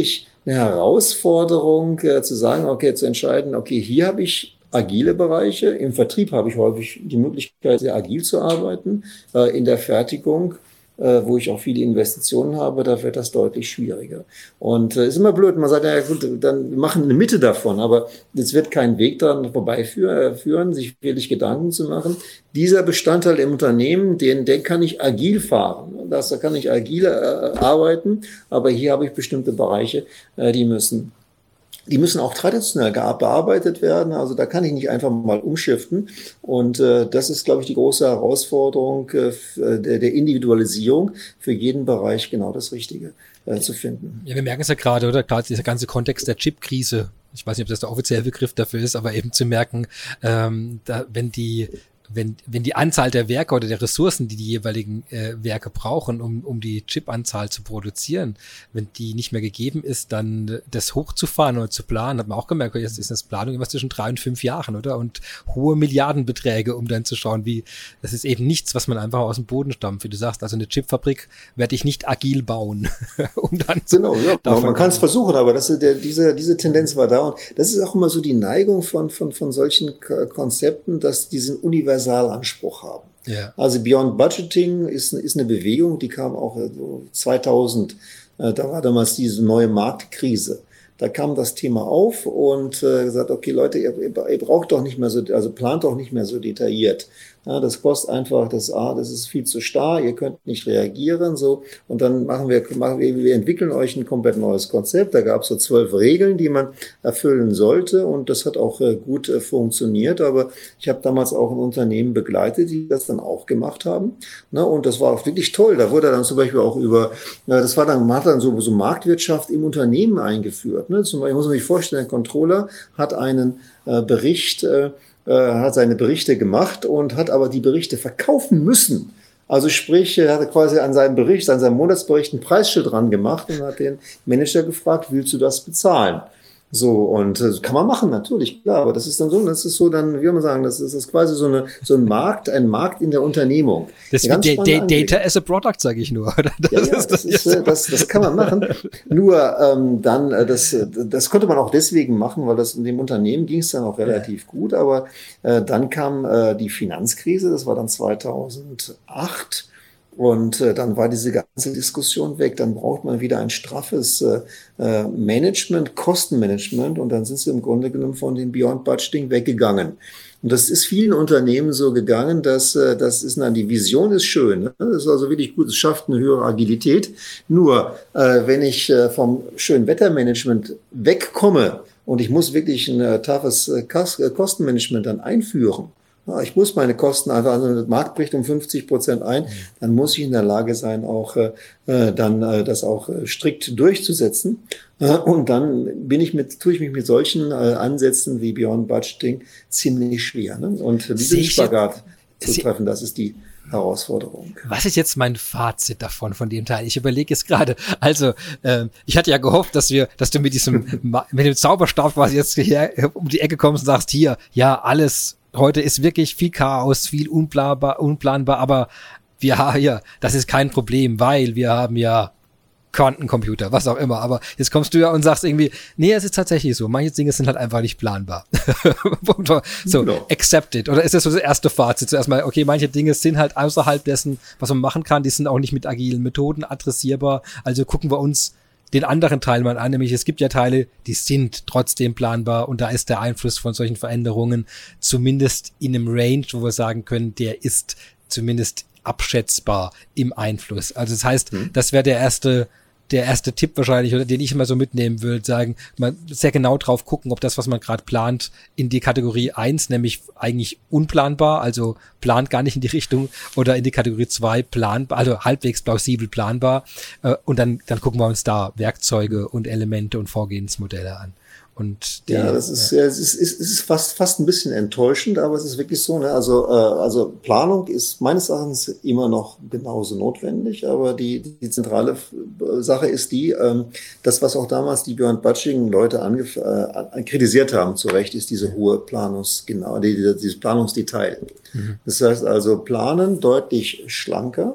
eine Herausforderung, äh, zu sagen, okay, zu entscheiden, okay, hier habe ich agile Bereiche. Im Vertrieb habe ich häufig die Möglichkeit, sehr agil zu arbeiten. Äh, in der Fertigung, äh, wo ich auch viele Investitionen habe, da wird das deutlich schwieriger. Und es äh, ist immer blöd, man sagt, ja gut, dann wir machen eine Mitte davon, aber es wird keinen Weg daran vorbeiführen, sich wirklich Gedanken zu machen. Dieser Bestandteil im Unternehmen, den, den kann ich agil fahren. Das, da kann ich agil äh, arbeiten, aber hier habe ich bestimmte Bereiche, äh, die müssen Die müssen auch traditionell bearbeitet werden. Also da kann ich nicht einfach mal umschiften. Und äh, das ist, glaube ich, die große Herausforderung äh, der, der Individualisierung, für jeden Bereich genau das Richtige äh, zu finden. Ja, wir merken es ja gerade, oder? Gerade dieser ganze Kontext der Chip-Krise. Ich weiß nicht, ob das der offizielle Begriff dafür ist, aber eben zu merken, ähm, da, wenn die Wenn, wenn die Anzahl der Werke oder der Ressourcen, die die jeweiligen äh, Werke brauchen, um, um die Chip-Anzahl zu produzieren, wenn die nicht mehr gegeben ist, dann das hochzufahren oder zu planen, hat man auch gemerkt, jetzt ist das Planung immer zwischen drei und fünf Jahren, oder? Und hohe Milliardenbeträge, um dann zu schauen, wie, das ist eben nichts, was man einfach aus dem Boden stampft, wie du sagst. Also eine Chipfabrik werde ich nicht agil bauen, um dann zu, Genau, ja, man kann es versuchen, aber das ist der, diese, diese Tendenz war da. Und das ist auch immer so die Neigung von, von, von solchen Konzepten, dass diesen universellen Anspruch haben. Ja. Also Beyond Budgeting ist, ist eine Bewegung, die kam auch zweitausend, äh, da war damals diese neue Marktkrise. Da kam das Thema auf und äh, gesagt, okay Leute, ihr, ihr braucht doch nicht mehr so, also plant doch nicht mehr so detailliert. Ja, das kostet einfach, das, ah, das ist viel zu starr, ihr könnt nicht reagieren, so. Und dann machen wir, machen wir, wir entwickeln euch ein komplett neues Konzept. Da gab es so zwölf Regeln, die man erfüllen sollte, und das hat auch äh, gut äh, funktioniert. Aber ich habe damals auch ein Unternehmen begleitet, die das dann auch gemacht haben. Ne, und das war auch wirklich toll. Da wurde dann zum Beispiel auch über, äh, das war dann, man hat dann so, so Marktwirtschaft im Unternehmen eingeführt. Ne? Zum Beispiel muss man sich vorstellen, der Controller hat einen äh, Bericht, äh, hat seine Berichte gemacht und hat aber die Berichte verkaufen müssen. Also sprich, er hat quasi an seinem Bericht, an seinem Monatsbericht ein Preisschild dran gemacht und hat den Manager gefragt, willst du das bezahlen? So, und äh, kann man machen, natürlich, klar, aber das ist dann so, das ist so dann, wie soll man sagen, das ist, das ist quasi so, eine, so ein Markt, ein Markt in der Unternehmung. Das ist wie da- Data as a Product, sage ich nur. Das, ja, ja, ist, das, ist, äh, das, das kann man machen, nur ähm, dann, äh, das, das konnte man auch deswegen machen, weil das in dem Unternehmen ging es dann auch relativ ja. gut, aber äh, dann kam äh, die Finanzkrise, das war dann zweitausendacht. Und äh, dann war diese ganze Diskussion weg. Dann braucht man wieder ein straffes äh, Management, Kostenmanagement. Und dann sind sie im Grunde genommen von dem Beyond Budgeting weggegangen. Und das ist vielen Unternehmen so gegangen, dass äh, das ist, na, die Vision ist schön. Ne? Das ist also wirklich gut. Es schafft eine höhere Agilität. Nur, äh, wenn ich äh, vom schönen Wettermanagement wegkomme und ich muss wirklich ein äh, toughes äh, Kostenmanagement dann einführen, ich muss meine Kosten einfach, also der Markt bricht um fünfzig Prozent ein, dann muss ich in der Lage sein, auch äh, dann äh, das auch äh, strikt durchzusetzen. Äh, und dann bin ich mit, tue ich mich mit solchen äh, Ansätzen wie Beyond Budgeting ziemlich schwer. Ne? Und diesen Spagat zu treffen, das ist die Herausforderung. Was ist jetzt mein Fazit davon, von dem Teil? Ich überlege es gerade. Also, äh, ich hatte ja gehofft, dass wir, dass du mit diesem, mit dem Zauberstab quasi jetzt hier um die Ecke kommst und sagst, hier, ja, alles heute ist wirklich viel Chaos, viel unplanbar, unplanbar, aber wir haben ja, das ist kein Problem, weil wir haben ja Quantencomputer, was auch immer. Aber jetzt kommst du ja und sagst irgendwie, nee, es ist tatsächlich so. Manche Dinge sind halt einfach nicht planbar. So, genau. Accepted. Oder ist das so das erste Fazit? Zuerst mal, okay, manche Dinge sind halt außerhalb dessen, was man machen kann. Die sind auch nicht mit agilen Methoden adressierbar. Also gucken wir uns den anderen Teil mal an, nämlich es gibt ja Teile, die sind trotzdem planbar und da ist der Einfluss von solchen Veränderungen zumindest in einem Range, wo wir sagen können, der ist zumindest abschätzbar im Einfluss. Also das heißt, mhm. das wäre der erste der erste Tipp wahrscheinlich, oder den ich immer so mitnehmen würde, sagen, man sehr genau drauf gucken, ob das, was man gerade plant, in die Kategorie eins, nämlich eigentlich unplanbar, also plant gar nicht in die Richtung, oder in die Kategorie zwei planbar, also halbwegs plausibel planbar, äh, und dann, dann gucken wir uns da Werkzeuge und Elemente und Vorgehensmodelle an. Und die, ja, das ist, ja. es ist, es ist fast, fast ein bisschen enttäuschend, aber es ist wirklich so, ne? Also, äh, also Planung ist meines Erachtens immer noch genauso notwendig, aber die, die zentrale Sache ist die, ähm, das, was auch damals die Beyond Budgeting Leute angef- äh, kritisiert haben, zu Recht, ist diese hohe Planungsgenau, die, dieses Planungsdetail. Mhm. Das heißt also, planen deutlich schlanker.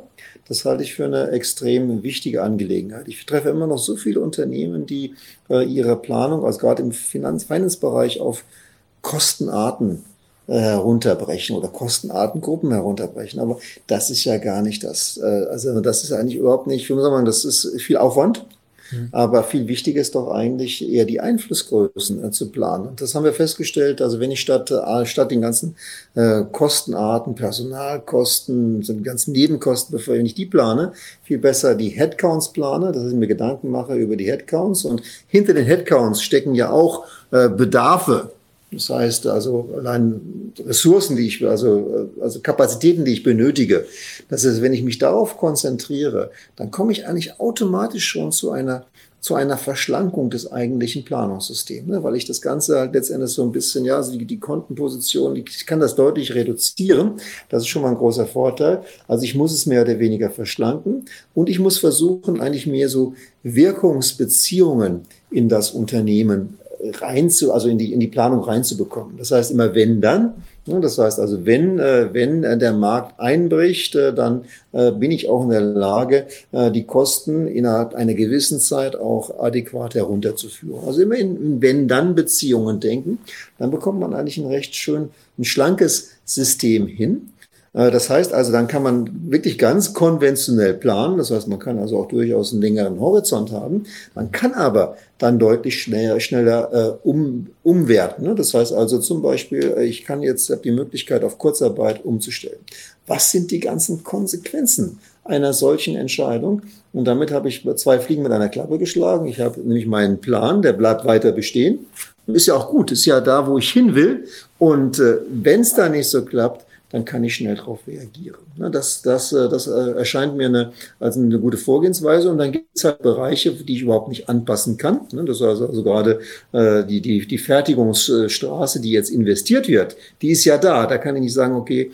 Das halte ich für eine extrem wichtige Angelegenheit. Ich treffe immer noch so viele Unternehmen, die äh, ihre Planung, also gerade im Finanz-, Finance-Bereich, auf Kostenarten äh, herunterbrechen oder Kostenartengruppen herunterbrechen. Aber das ist ja gar nicht das. Äh, also das ist eigentlich überhaupt nicht, wie muss man sagen, das ist viel Aufwand. Aber viel wichtiger ist doch eigentlich eher die Einflussgrößen äh, zu planen. Und das haben wir festgestellt. Also wenn ich statt, äh, statt den ganzen äh, Kostenarten, Personalkosten, so die ganzen Nebenkosten, bevor ich die plane, viel besser die Headcounts plane, dass ich mir Gedanken mache über die Headcounts. Und hinter den Headcounts stecken ja auch äh, Bedarfe. Das heißt also allein Ressourcen, die ich, also, also Kapazitäten, die ich benötige. Das heißt, wenn ich mich darauf konzentriere, dann komme ich eigentlich automatisch schon zu einer, zu einer Verschlankung des eigentlichen Planungssystems, ne? Weil ich das Ganze halt letztendlich so ein bisschen, ja, also die, die Kontenposition, ich kann das deutlich reduzieren. Das ist schon mal ein großer Vorteil. Also ich muss es mehr oder weniger verschlanken und ich muss versuchen, eigentlich mehr so Wirkungsbeziehungen in das Unternehmen rein zu, also in die, in die Planung reinzubekommen. Das heißt immer wenn, dann. Das heißt also, wenn, wenn der Markt einbricht, dann bin ich auch in der Lage, die Kosten innerhalb einer gewissen Zeit auch adäquat herunterzuführen. Also immer in Wenn-Dann-Beziehungen denken, dann bekommt man eigentlich ein recht schön, ein schlankes System hin. Das heißt also, dann kann man wirklich ganz konventionell planen. Das heißt, man kann also auch durchaus einen längeren Horizont haben. Man kann aber dann deutlich schneller, schneller äh, um, umwerten. Ne? Das heißt also zum Beispiel, ich kann jetzt habe die Möglichkeit, auf Kurzarbeit umzustellen. Was sind die ganzen Konsequenzen einer solchen Entscheidung? Und damit habe ich zwei Fliegen mit einer Klappe geschlagen. Ich habe nämlich meinen Plan, der bleibt weiter bestehen. Ist ja auch gut, ist ja da, wo ich hin will. Und äh, wenn es da nicht so klappt, dann kann ich schnell darauf reagieren. Das, das, das erscheint mir eine, als eine gute Vorgehensweise. Und dann gibt es halt Bereiche, die ich überhaupt nicht anpassen kann. Das ist also, also gerade die, die, die Fertigungsstraße, die jetzt investiert wird, die ist ja da. Da kann ich nicht sagen, okay,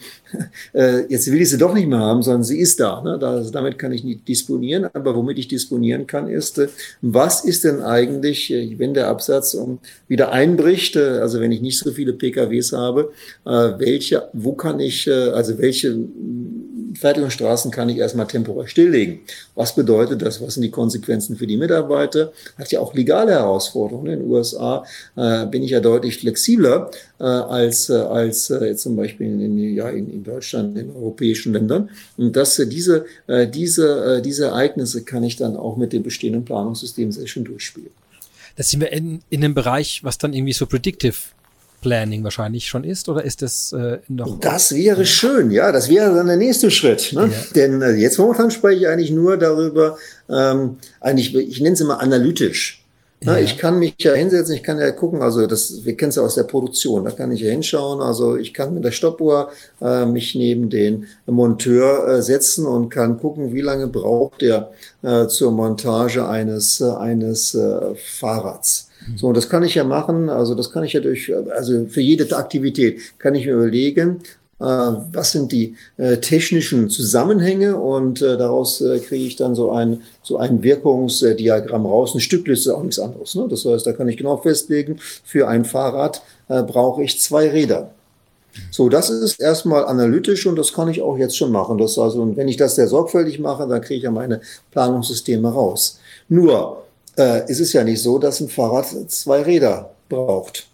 jetzt will ich sie doch nicht mehr haben, sondern sie ist da. Also damit kann ich nicht disponieren. Aber womit ich disponieren kann, ist, was ist denn eigentlich, wenn der Absatz wieder einbricht, also wenn ich nicht so viele P K Ws habe, welche, wo kann ich Ich, also welche Fertigungsstraßen kann ich erstmal temporär stilllegen? Was bedeutet das? Was sind die Konsequenzen für die Mitarbeiter? Hat ja auch legale Herausforderungen. In den U S A äh, bin ich ja deutlich flexibler äh, als, äh, als äh, zum Beispiel in, ja, in, in Deutschland, in europäischen Ländern. Und dass äh, diese, äh, diese, äh, diese Ereignisse kann ich dann auch mit dem bestehenden Planungssystem sehr schön durchspielen. Das sind wir in, in einem Bereich, was dann irgendwie so predictive Planning wahrscheinlich schon ist, oder ist das äh, noch? Das wäre schön, ja, das wäre dann der nächste Schritt. Ne? Ja. Denn äh, jetzt momentan spreche ich eigentlich nur darüber, ähm, eigentlich, ich nenne es immer analytisch. Ja. Ich kann mich ja hinsetzen, ich kann ja gucken, also das, wir kennen es ja aus der Produktion, da kann ich ja hinschauen, also ich kann mit der Stoppuhr äh, mich neben den Monteur äh, setzen und kann gucken, wie lange braucht der äh, zur Montage eines, äh, eines äh, Fahrrads. So, und das kann ich ja machen, also das kann ich ja durch, also für jede Aktivität kann ich mir überlegen, äh, was sind die äh, technischen Zusammenhänge und äh, daraus äh, kriege ich dann so ein, so ein Wirkungsdiagramm raus, eine Stückliste, auch nichts anderes. Ne? Das heißt, da kann ich genau festlegen, für ein Fahrrad äh, brauche ich zwei Räder. So, das ist erstmal analytisch und das kann ich auch jetzt schon machen. Das also, und wenn ich das sehr sorgfältig mache, dann kriege ich ja meine Planungssysteme raus. Nur, Äh, ist es ja nicht so, dass ein Fahrrad zwei Räder braucht,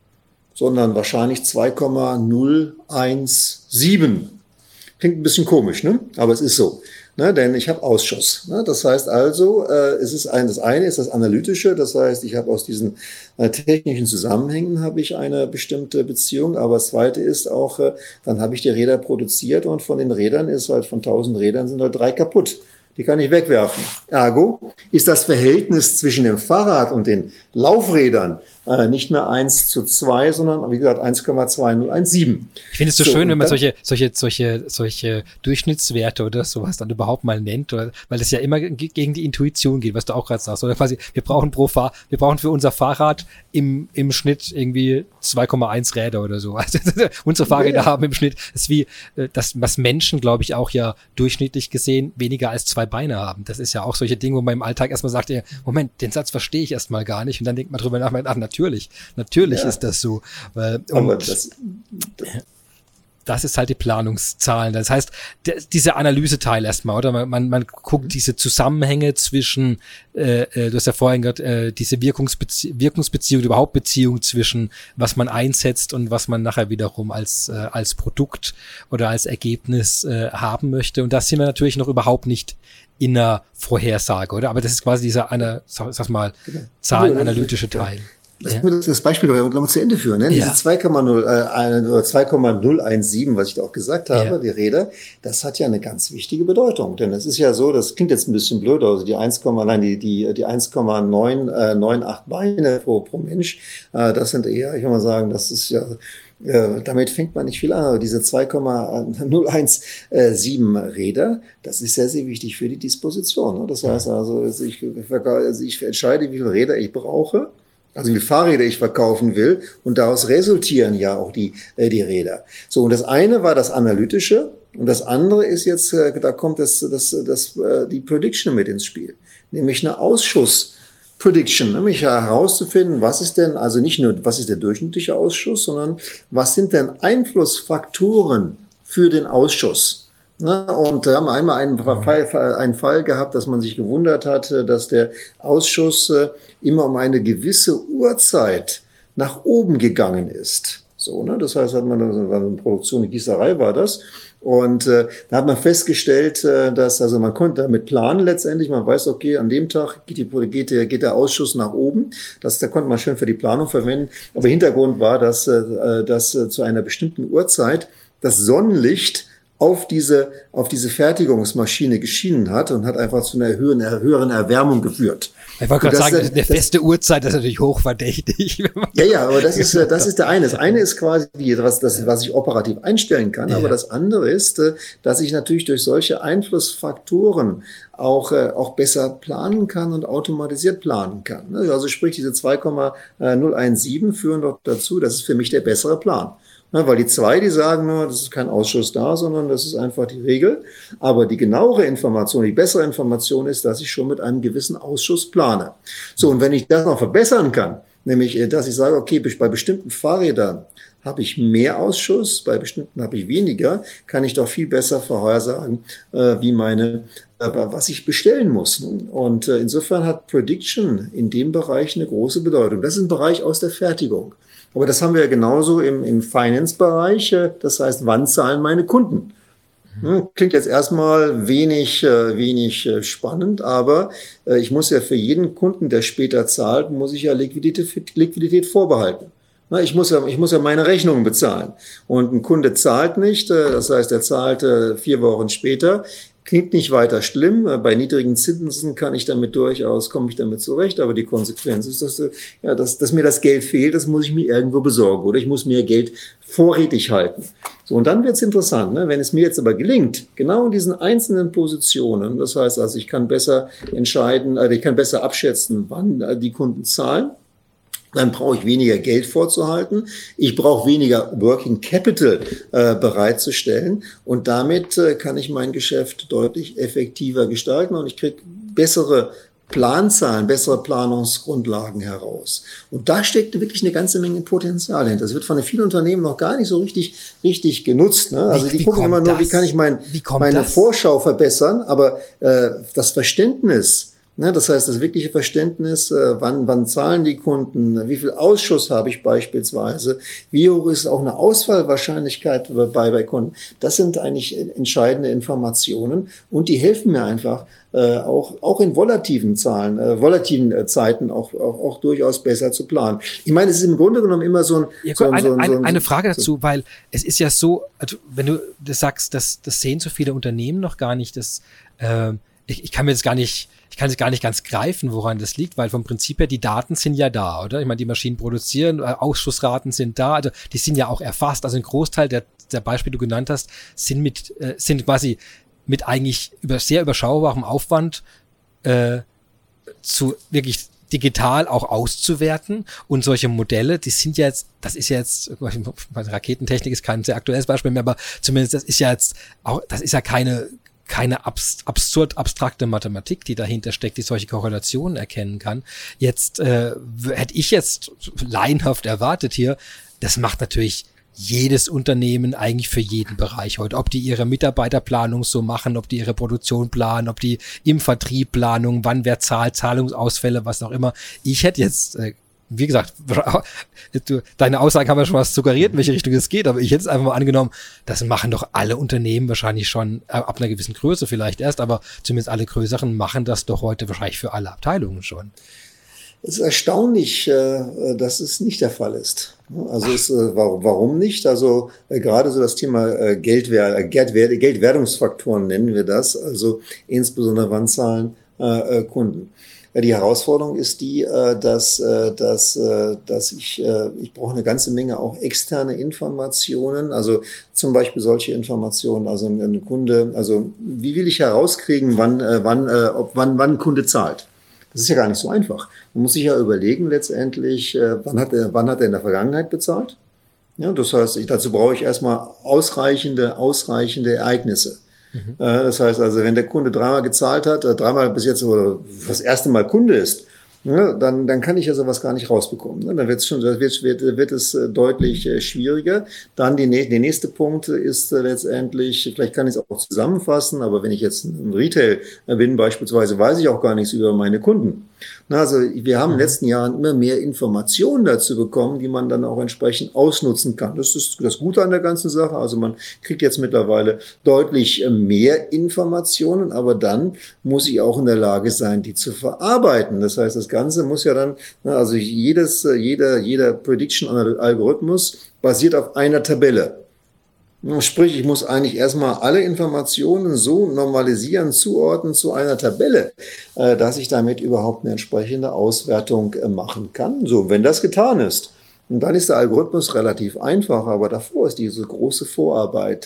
sondern wahrscheinlich zwei Komma null eins sieben. Klingt ein bisschen komisch, ne? Aber es ist so, ne? Denn ich habe Ausschuss. Ne? Das heißt also, äh, es ist ein, das eine ist das Analytische, das heißt, ich habe aus diesen äh, technischen Zusammenhängen habe ich eine bestimmte Beziehung, aber das zweite ist auch, äh, dann habe ich die Räder produziert und von den Rädern ist halt, von tausend Rädern sind halt drei kaputt. Die kann ich wegwerfen. Ergo ist das Verhältnis zwischen dem Fahrrad und den Laufrädern äh, nicht mehr eins zu zwei, sondern, wie gesagt, eins Komma zwei null eins sieben. Ich finde es so, so schön, wenn man solche, solche, solche, solche Durchschnittswerte oder sowas dann überhaupt mal nennt, oder, weil das ja immer g- gegen die Intuition geht, was du auch gerade sagst. Oder quasi, wir brauchen pro Fahr, wir brauchen für unser Fahrrad im, im Schnitt irgendwie zwei Komma eins Räder oder so. Also, unsere Fahrräder ja, ja. haben im Schnitt, das ist wie, das, was Menschen, glaube ich, auch ja durchschnittlich gesehen weniger als zwei Beine haben. Das ist ja auch solche Dinge, wo man im Alltag erstmal sagt, ja, Moment, den Satz verstehe ich erstmal gar nicht. Und dann denkt man drüber nach, ach, natürlich, natürlich ja. ist das so. Weil, Aber das, das ist halt die Planungszahlen. Das heißt, der, dieser Analyseteil erstmal, oder? Man, man, man guckt mhm. diese Zusammenhänge zwischen, äh, äh, du hast ja vorhin gerade, äh, diese Wirkungsbezie- Wirkungsbeziehung, überhaupt Beziehung zwischen, was man einsetzt und was man nachher wiederum als, äh, als Produkt oder als Ergebnis äh, haben möchte. Und das sind wir natürlich noch überhaupt nicht in einer Vorhersage, oder? Aber das ist quasi dieser, eine, sag, sag mal, zahlenanalytische Teil. Lass mich das Beispiel nochmal zu Ende führen. Ne? Ja. Diese zwei Komma null, äh, zwei Komma null eins sieben, was ich da auch gesagt habe, ja. die Räder, das hat ja eine ganz wichtige Bedeutung. Denn es ist ja so, das klingt jetzt ein bisschen blöd, also die eins, nein, die, die, die eins Komma neun acht Beine pro, pro Mensch, äh, das sind eher, ich will mal sagen, das ist ja, äh, damit fängt man nicht viel an. Aber diese zwei Komma null eins sieben Räder, das ist sehr, sehr wichtig für die Disposition. Ne? Das heißt also, ich, also ich entscheide, wie viele Räder ich brauche. Also wie viele Fahrräder ich verkaufen will, und daraus resultieren ja auch die äh, die Räder. So, und das eine war das Analytische, und das andere ist jetzt, äh, da kommt das das das äh, die Prediction mit ins Spiel, nämlich eine Ausschuss-Prediction, nämlich herauszufinden, was ist denn, also nicht nur, was ist der durchschnittliche Ausschuss, sondern was sind denn Einflussfaktoren für den Ausschuss? Und da haben wir einmal einen Fall, einen Fall gehabt, dass man sich gewundert hat, dass der Ausschuss immer um eine gewisse Uhrzeit nach oben gegangen ist. So, ne? Das heißt, hat man eine Produktion, eine Gießerei war das. Und äh, da hat man festgestellt, äh, dass, also man konnte damit planen letztendlich. Man weiß, okay, an dem Tag geht, die, geht, der, geht der Ausschuss nach oben. Das, da konnte man schön für die Planung verwenden. Aber Hintergrund war, dass, äh, dass äh, zu einer bestimmten Uhrzeit das Sonnenlicht auf diese, auf diese Fertigungsmaschine geschienen hat und hat einfach zu einer höheren, höheren Erwärmung geführt. Ich wollte gerade sagen, eine feste Uhrzeit, das ist natürlich hochverdächtig. Ja, ja, aber das ist, das ist der eine. Das eine ist quasi was, das, was ich operativ einstellen kann. Ja. Aber das andere ist, dass ich natürlich durch solche Einflussfaktoren auch, auch besser planen kann und automatisiert planen kann. Also sprich, diese zwei Komma null eins sieben führen doch dazu, das ist für mich der bessere Plan. Ja, weil die zwei, die sagen, na, das ist kein Ausschuss da, sondern das ist einfach die Regel. Aber die genauere Information, die bessere Information ist, dass ich schon mit einem gewissen Ausschuss plane. So, und wenn ich das noch verbessern kann, nämlich, dass ich sage, okay, bei bestimmten Fahrrädern habe ich mehr Ausschuss, bei bestimmten habe ich weniger, kann ich doch viel besser vorhersagen, äh, wie meine, äh, was ich bestellen muss. Und äh, insofern hat Prediction in dem Bereich eine große Bedeutung. Das ist ein Bereich aus der Fertigung. Aber das haben wir ja genauso im, im Finance-Bereich. Das heißt, wann zahlen meine Kunden? Klingt jetzt erstmal wenig, wenig spannend, aber ich muss ja für jeden Kunden, der später zahlt, muss ich ja Liquidität, Liquidität vorbehalten. Ich muss ja, ich muss ja meine Rechnungen bezahlen. Und ein Kunde zahlt nicht, das heißt, er zahlt vier Wochen später. Klingt nicht weiter schlimm. Bei niedrigen Zinsen kann ich damit durchaus, komme ich damit zurecht. Aber die Konsequenz ist, dass, ja, dass, dass mir das Geld fehlt. Das muss ich mir irgendwo besorgen. Oder ich muss mir Geld vorrätig halten. So, und dann wird's interessant, ne? Wenn es mir jetzt aber gelingt, genau in diesen einzelnen Positionen, das heißt also, ich kann besser entscheiden, also ich kann besser abschätzen, wann die Kunden zahlen. Dann brauche ich weniger Geld vorzuhalten. Ich brauche weniger Working Capital äh, bereitzustellen. Und damit äh, kann ich mein Geschäft deutlich effektiver gestalten. Und ich kriege bessere Planzahlen, bessere Planungsgrundlagen heraus. Und da steckt wirklich eine ganze Menge Potenzial hinter. Das wird von vielen Unternehmen noch gar nicht so richtig, richtig genutzt. Ne? Also wie, die wie gucken immer nur, das? wie kann ich mein, wie meine das? Vorschau verbessern. Aber äh, das Verständnis, Ne, das heißt, das wirkliche Verständnis, äh, wann, wann zahlen die Kunden, wie viel Ausschuss habe ich beispielsweise, wie hoch ist auch eine Ausfallwahrscheinlichkeit bei, bei Kunden, das sind eigentlich entscheidende Informationen und die helfen mir einfach, äh, auch, auch in volativen Zahlen, äh, volativen äh, Zeiten auch, auch, auch durchaus besser zu planen. Ich meine, es ist im Grunde genommen immer so ein... Ja, so, eine, so, eine, so ein, eine Frage dazu, so. Weil es ist ja so, also wenn du das sagst, das, das sehen so viele Unternehmen noch gar nicht, das, äh, ich, ich kann mir das gar nicht... Ich kann es gar nicht ganz greifen, woran das liegt, weil vom Prinzip her die Daten sind ja da, oder? Ich meine, die Maschinen produzieren, Ausschussraten sind da, also die sind ja auch erfasst. Also ein Großteil der, der Beispiele, die du genannt hast, sind mit, äh, sind quasi mit eigentlich über sehr überschaubarem Aufwand äh, zu wirklich digital auch auszuwerten. Und solche Modelle, die sind ja jetzt, das ist ja jetzt, Raketentechnik ist kein sehr aktuelles Beispiel mehr, aber zumindest das ist ja jetzt auch, das ist ja keine keine abs- absurd abstrakte Mathematik, die dahinter steckt, die solche Korrelationen erkennen kann. Jetzt äh, hätte ich jetzt laienhaft erwartet hier, das macht natürlich jedes Unternehmen eigentlich für jeden Bereich heute. Ob die ihre Mitarbeiterplanung so machen, ob die ihre Produktion planen, ob die im Vertrieb Planung, wann wer zahlt, Zahlungsausfälle, was auch immer. Ich hätte jetzt, äh, wie gesagt, du, deine Aussagen haben ja schon was suggeriert, in welche Richtung es geht, aber ich hätte es einfach mal angenommen, das machen doch alle Unternehmen wahrscheinlich schon, äh, ab einer gewissen Größe vielleicht erst, aber zumindest alle größeren machen das doch heute wahrscheinlich für alle Abteilungen schon. Es ist erstaunlich, äh, dass es nicht der Fall ist. Also es, äh, warum nicht? Also äh, gerade so das Thema äh, Geldwer- äh, Geldwer- Geldwerdungsfaktoren nennen wir das, also insbesondere wann zahlen äh, äh, Kunden. Die Herausforderung ist die, dass, dass, dass ich, ich brauche eine ganze Menge auch externe Informationen, also zum Beispiel solche Informationen, also ein Kunde, also wie will ich herauskriegen, wann, wann, ob, wann, wann ein Kunde zahlt? Das ist ja gar nicht so einfach. Man muss sich ja überlegen letztendlich, wann hat er, wann hat er in der Vergangenheit bezahlt? Ja, das heißt, ich, dazu brauche ich erstmal ausreichende, ausreichende Ereignisse. Mhm. Das heißt also, wenn der Kunde dreimal gezahlt hat, dreimal bis jetzt oder das erste Mal Kunde ist, ja, dann, dann kann ich ja sowas gar nicht rausbekommen. Dann wird es schon, wird, wird, wird es deutlich schwieriger. Dann die, der nächste Punkt ist letztendlich, vielleicht kann ich es auch zusammenfassen, aber wenn ich jetzt im Retail bin beispielsweise, weiß ich auch gar nichts über meine Kunden. Also wir haben in den letzten Jahren immer mehr Informationen dazu bekommen, die man dann auch entsprechend ausnutzen kann. Das ist das Gute an der ganzen Sache. Also man kriegt jetzt mittlerweile deutlich mehr Informationen, aber dann muss ich auch in der Lage sein, die zu verarbeiten. Das heißt, das Ganze muss ja dann, also jedes, jeder, jeder Prediction-Algorithmus basiert auf einer Tabelle. Sprich, ich muss eigentlich erstmal alle Informationen so normalisieren, zuordnen zu einer Tabelle, dass ich damit überhaupt eine entsprechende Auswertung machen kann. So, wenn das getan ist, und dann ist der Algorithmus relativ einfach, aber davor ist diese große Vorarbeit.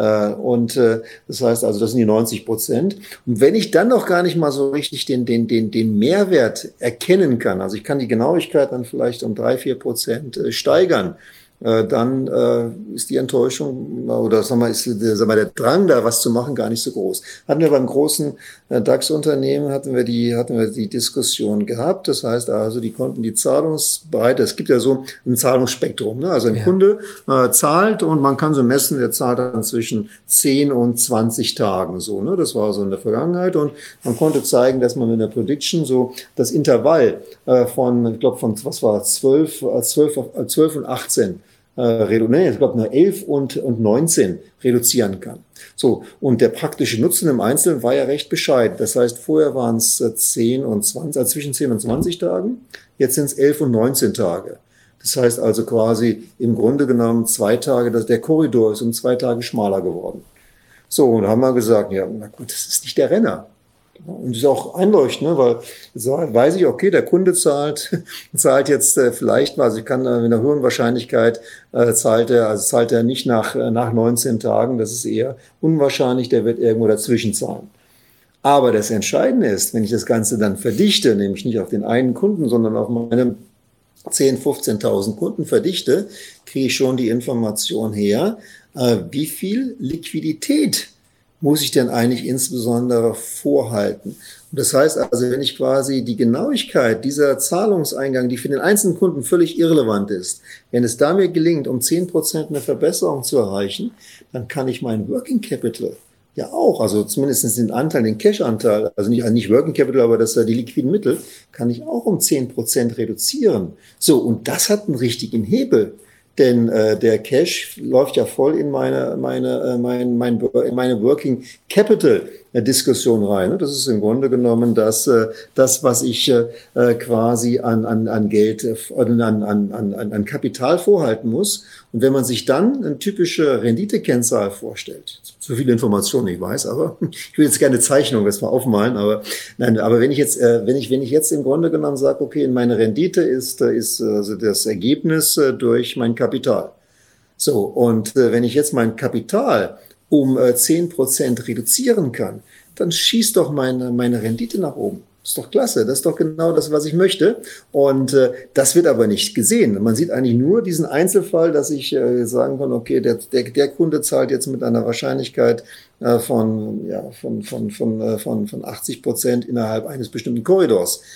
Und das heißt also, das sind die neunzig Prozent. Und wenn ich dann noch gar nicht mal so richtig den, den, den, den Mehrwert erkennen kann, also ich kann die Genauigkeit dann vielleicht um drei, vier Prozent steigern, dann äh, ist die Enttäuschung oder sagen wir, ist der, sagen wir, der Drang, da was zu machen, gar nicht so groß. Hatten wir beim großen äh, DAX-Unternehmen, hatten wir die hatten wir die Diskussion gehabt. Das heißt also, die konnten die Zahlungsbreite, es gibt ja so ein Zahlungsspektrum, ne? Also ein ja. Kunde äh, zahlt und man kann so messen, der zahlt dann zwischen zehn und zwanzig Tagen so. Ne? Das war so in der Vergangenheit und man konnte zeigen, dass man in der Prediction so das Intervall äh, von, ich glaube von, was war zwölf, zwölf, zwölf und achtzehn Äh, nee, ich glaube nur elf und, und neunzehn reduzieren kann. So, und der praktische Nutzen im Einzelnen war ja recht bescheiden. Das heißt, vorher waren es zehn und zwanzig, also zwischen zehn und zwanzig Tagen, jetzt sind es elf und neunzehn Tage. Das heißt also quasi im Grunde genommen zwei Tage, dass der Korridor ist um zwei Tage schmaler geworden. So, und da haben wir gesagt, ja, na gut, das ist nicht der Renner. Und das ist auch einleuchtend, ne? Weil so weiß ich, okay, der Kunde zahlt, zahlt jetzt äh, vielleicht, also ich kann äh, mit einer hohen Wahrscheinlichkeit äh, zahlt er, also zahlt er nicht nach äh, nach neunzehn Tagen, das ist eher unwahrscheinlich, der wird irgendwo dazwischen zahlen. Aber das Entscheidende ist, wenn ich das Ganze dann verdichte, nämlich nicht auf den einen Kunden, sondern auf meine zehntausend, fünfzehntausend Kunden verdichte, kriege ich schon die Information her, äh, wie viel Liquidität muss ich denn eigentlich insbesondere vorhalten? Und das heißt also, wenn ich quasi die Genauigkeit dieser Zahlungseingang, die für den einzelnen Kunden völlig irrelevant ist, wenn es da mir gelingt, um zehn Prozent eine Verbesserung zu erreichen, dann kann ich mein Working Capital ja auch, also zumindest den Anteil, den Cash-Anteil, also nicht, nicht Working Capital, aber das die liquiden Mittel, kann ich auch um zehn Prozent reduzieren. So, und das hat einen richtigen Hebel. Denn äh, der Cash läuft ja voll in meine meine äh, mein, mein, meine Working Capital Diskussion rein. Das ist im Grunde genommen das äh, das was ich äh, quasi an an an Geld äh, an an an an Kapital vorhalten muss. Und wenn man sich dann eine typische Renditekennzahl vorstellt, zu viele Informationen, ich weiß, aber ich will jetzt gerne Zeichnung das mal aufmalen, aber nein, aber wenn ich jetzt äh, wenn ich wenn ich jetzt im Grunde genommen sage, okay, meine Rendite ist ist also das Ergebnis äh, durch mein Kapital. So, und äh, wenn ich jetzt mein Kapital um äh, zehn Prozent reduzieren kann, dann schießt doch meine, meine Rendite nach oben. Das ist doch klasse, das ist doch genau das, was ich möchte. Und äh, das wird aber nicht gesehen. Man sieht eigentlich nur diesen Einzelfall, dass ich äh, sagen kann, okay, der, der, der Kunde zahlt jetzt mit einer Wahrscheinlichkeit äh, von, ja, von, von, von, äh, von, von achtzig Prozent innerhalb eines bestimmten Korridors.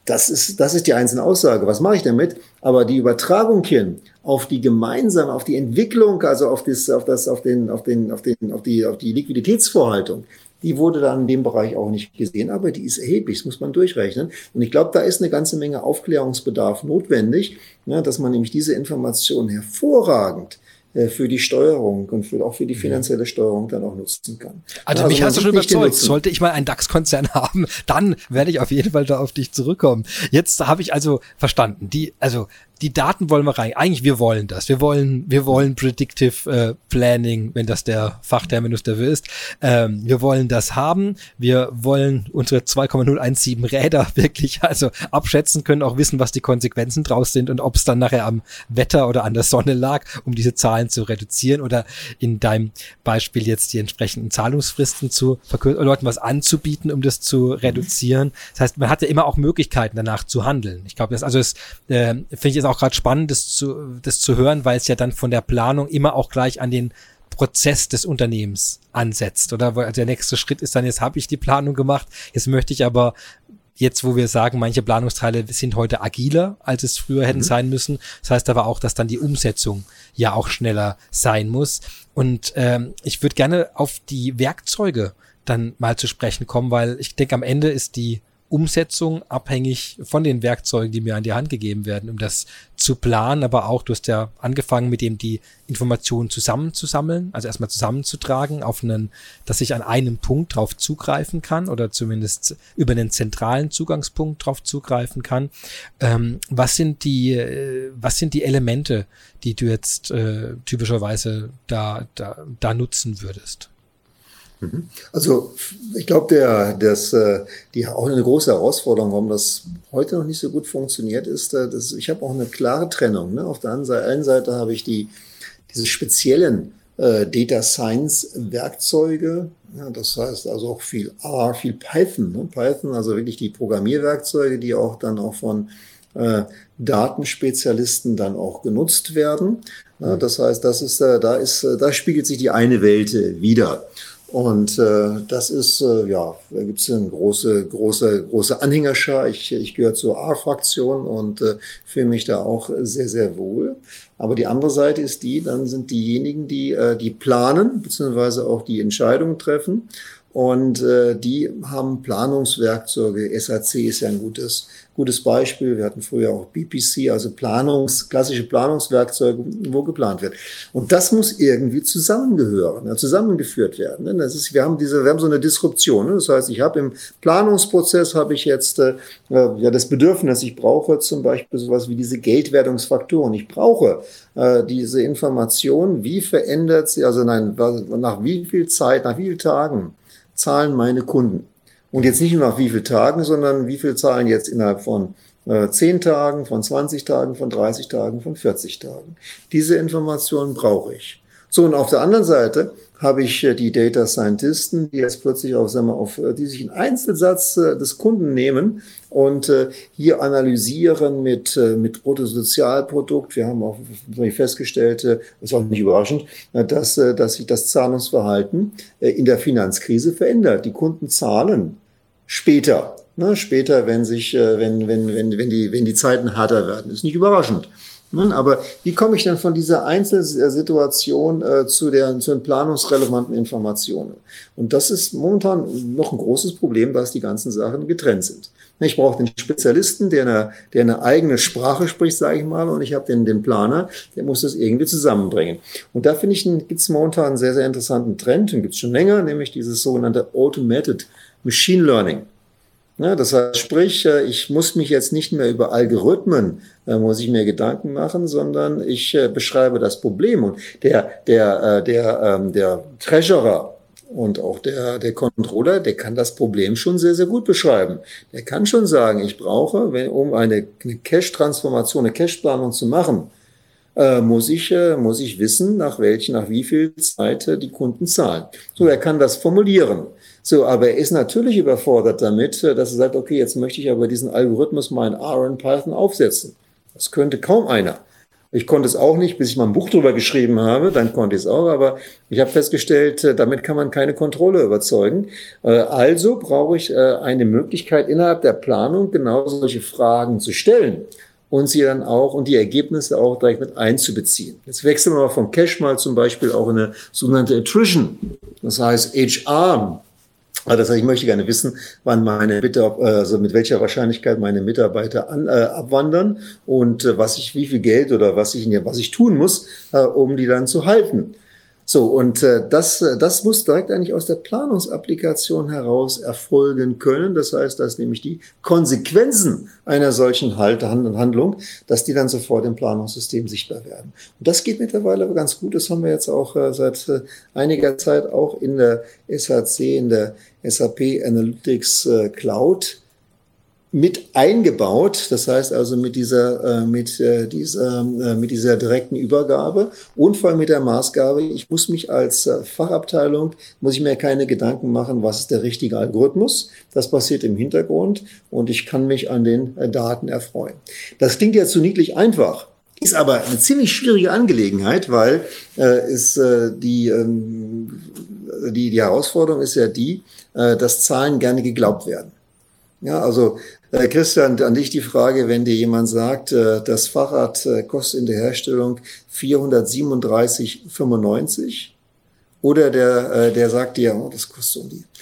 das ist, das ist die einzelne Aussage. Was mache ich damit? Aber die Übertragung hin auf die gemeinsame, auf die Entwicklung, also auf das, auf das, auf den, auf den, auf den, auf die, auf die Liquiditätsvorhaltung, die wurde dann in dem Bereich auch nicht gesehen, aber die ist erheblich, das muss man durchrechnen. Und ich glaube, da ist eine ganze Menge Aufklärungsbedarf notwendig, ne, dass man nämlich diese Informationen hervorragend für die Steuerung und für, auch für die finanzielle Steuerung dann auch nutzen kann. Also, also mich hast du schon überzeugt. Sollte ich mal einen DAX-Konzern haben, dann werde ich auf jeden Fall da auf dich zurückkommen. Jetzt habe ich also verstanden, die, also die Daten wollen wir rein. Eigentlich, wir wollen das. Wir wollen, wir wollen Predictive äh, Planning, wenn das der Fachterminus dafür ist. Ähm, wir wollen das haben. Wir wollen unsere zwei Komma null eins sieben Räder wirklich also abschätzen können, auch wissen, was die Konsequenzen draus sind und ob es dann nachher am Wetter oder an der Sonne lag, um diese Zahlen zu reduzieren oder in deinem Beispiel jetzt die entsprechenden Zahlungsfristen zu verkürzen oder Leuten was anzubieten, um das zu reduzieren. Das heißt, man hat ja immer auch Möglichkeiten danach zu handeln. Ich glaube, das also ist, äh, finde ich, ist auch gerade spannend, das zu, das zu hören, weil es ja dann von der Planung immer auch gleich an den Prozess des Unternehmens ansetzt. Oder also der nächste Schritt ist dann, jetzt habe ich die Planung gemacht, jetzt möchte ich aber, jetzt wo wir sagen, manche Planungsteile sind heute agiler, als es früher hätten mhm. sein müssen. Das heißt aber auch, dass dann die Umsetzung ja auch schneller sein muss. Und ähm, ich würde gerne auf die Werkzeuge dann mal zu sprechen kommen, weil ich denke, am Ende ist die Umsetzung abhängig von den Werkzeugen, die mir an die Hand gegeben werden, um das zu planen, aber auch, du hast ja angefangen, mit dem die Informationen zusammenzusammeln, also erstmal zusammenzutragen, auf einen, dass ich an einem Punkt drauf zugreifen kann oder zumindest über einen zentralen Zugangspunkt drauf zugreifen kann. Ähm, was sind die, äh, was sind die Elemente, die du jetzt äh, typischerweise da, da, da nutzen würdest? Also ich glaube, der, das, die auch eine große Herausforderung, warum das heute noch nicht so gut funktioniert, ist, dass ich habe auch eine klare Trennung. Ne? Auf der einen Seite habe ich die diese speziellen äh, Data Science Werkzeuge. Ja, das heißt also auch viel R, viel Python. Ne? Python, also wirklich die Programmierwerkzeuge, die auch dann auch von äh, Datenspezialisten dann auch genutzt werden. Ja, das heißt, das ist, äh, da ist, äh, da spiegelt sich die eine Welt äh, wieder. Und äh, das ist, äh, ja, da gibt es eine große, große, große Anhängerschar. Ich, ich gehöre zur A-Fraktion und äh, fühle mich da auch sehr, sehr wohl. Aber die andere Seite ist die, dann sind diejenigen, die, äh, die planen, beziehungsweise auch die Entscheidungen treffen. Und äh, die haben Planungswerkzeuge. S A C ist ja ein gutes, gutes Beispiel. Wir hatten früher auch B P C, also Planungs, klassische Planungswerkzeuge, wo geplant wird. Und das muss irgendwie zusammengehören, ja, zusammengeführt werden. Ne? Das ist, wir haben diese, wir haben so eine Disruption. Ne? Das heißt, ich habe im Planungsprozess habe ich jetzt äh, ja das Bedürfnis, ich brauche zum Beispiel sowas wie diese Geldwertungsfaktoren. Ich brauche äh, diese Information, wie verändert sie, also nein, nach wie viel Zeit, nach wie vielen Tagen zahlen meine Kunden. Und jetzt nicht nur nach wie vielen Tagen, sondern wie viel zahlen jetzt innerhalb von äh, zehn Tagen, von zwanzig Tagen, von dreißig Tagen, von vierzig Tagen. Diese Informationen brauche ich. So, und auf der anderen Seite habe ich äh, die Data Scientisten, die jetzt plötzlich auf, sagen wir, auf, die sich einen Einzelsatz äh, des Kunden nehmen und äh, hier analysieren mit, äh, mit Bruttosozialprodukt. Wir haben auch festgestellt, äh, ist auch nicht überraschend, äh, dass, äh, dass sich das Zahlungsverhalten äh, in der Finanzkrise verändert. Die Kunden zahlen später, ne, später, wenn sich, äh, wenn, wenn, wenn, wenn die, wenn die Zeiten härter werden. Ist nicht überraschend. Aber wie komme ich denn von dieser Einzelsituation äh, zu, der, zu den planungsrelevanten Informationen? Und das ist momentan noch ein großes Problem, dass die ganzen Sachen getrennt sind. Ich brauche den Spezialisten, der eine, der eine eigene Sprache spricht, sage ich mal, und ich habe den, den Planer, der muss das irgendwie zusammenbringen. Und da finde ich, gibt es momentan einen sehr, sehr interessanten Trend, den gibt es schon länger, nämlich dieses sogenannte Automated Machine Learning. Ja, das heißt, sprich, ich muss mich jetzt nicht mehr über Algorithmen, äh, muss ich mir Gedanken machen, sondern ich äh, beschreibe das Problem. Und der, der, äh, der, ähm, der Treasurer und auch der, der Controller, der kann das Problem schon sehr, sehr gut beschreiben. Der kann schon sagen, ich brauche, wenn, um eine, eine Cash-Transformation, eine Cash-Planung zu machen, äh, muss ich, äh, muss ich wissen, nach welchen, nach wie viel Zeit äh, die Kunden zahlen. So, er kann das formulieren. So, aber er ist natürlich überfordert damit, dass er sagt, okay, jetzt möchte ich aber diesen Algorithmus mal in R und Python aufsetzen. Das könnte kaum einer. Ich konnte es auch nicht, bis ich mal ein Buch drüber geschrieben habe, dann konnte ich es auch, aber ich habe festgestellt, damit kann man keine Kontrolle überzeugen. Also brauche ich eine Möglichkeit, innerhalb der Planung genau solche Fragen zu stellen und sie dann auch und die Ergebnisse auch direkt mit einzubeziehen. Jetzt wechseln wir mal vom Cash mal zum Beispiel auch in eine sogenannte Attrition, das heißt H R. Das heißt, ich möchte gerne wissen, wann meine Mitarbeiter, also mit welcher Wahrscheinlichkeit meine Mitarbeiter an, äh, abwandern und äh, was ich, wie viel Geld oder was ich, was ich tun muss, äh, um die dann zu halten. So, und äh, das, das muss direkt eigentlich aus der Planungsapplikation heraus erfolgen können. Das heißt, dass nämlich die Konsequenzen einer solchen Handlung, dass die dann sofort im Planungssystem sichtbar werden. Und das geht mittlerweile aber ganz gut. Das haben wir jetzt auch äh, seit äh, einiger Zeit auch in der S H C, in der S A P Analytics äh, Cloud mit eingebaut, das heißt also mit dieser, äh, mit, äh, dieser, äh, mit dieser direkten Übergabe und vor allem mit der Maßgabe, ich muss mich als äh, Fachabteilung, muss ich mir keine Gedanken machen, was ist der richtige Algorithmus, das passiert im Hintergrund und ich kann mich an den äh, Daten erfreuen. Das klingt ja zu niedlich einfach, ist aber eine ziemlich schwierige Angelegenheit, weil äh, ist, äh, die, ähm, die, die Herausforderung ist ja die, äh, dass Zahlen gerne geglaubt werden. Ja, also äh, Christian, an dich die Frage, wenn dir jemand sagt, äh, das Fahrrad äh, kostet in der Herstellung vierhundertsiebenunddreißig Euro fünfundneunzig oder der, äh, der sagt dir, oh, das kostet um die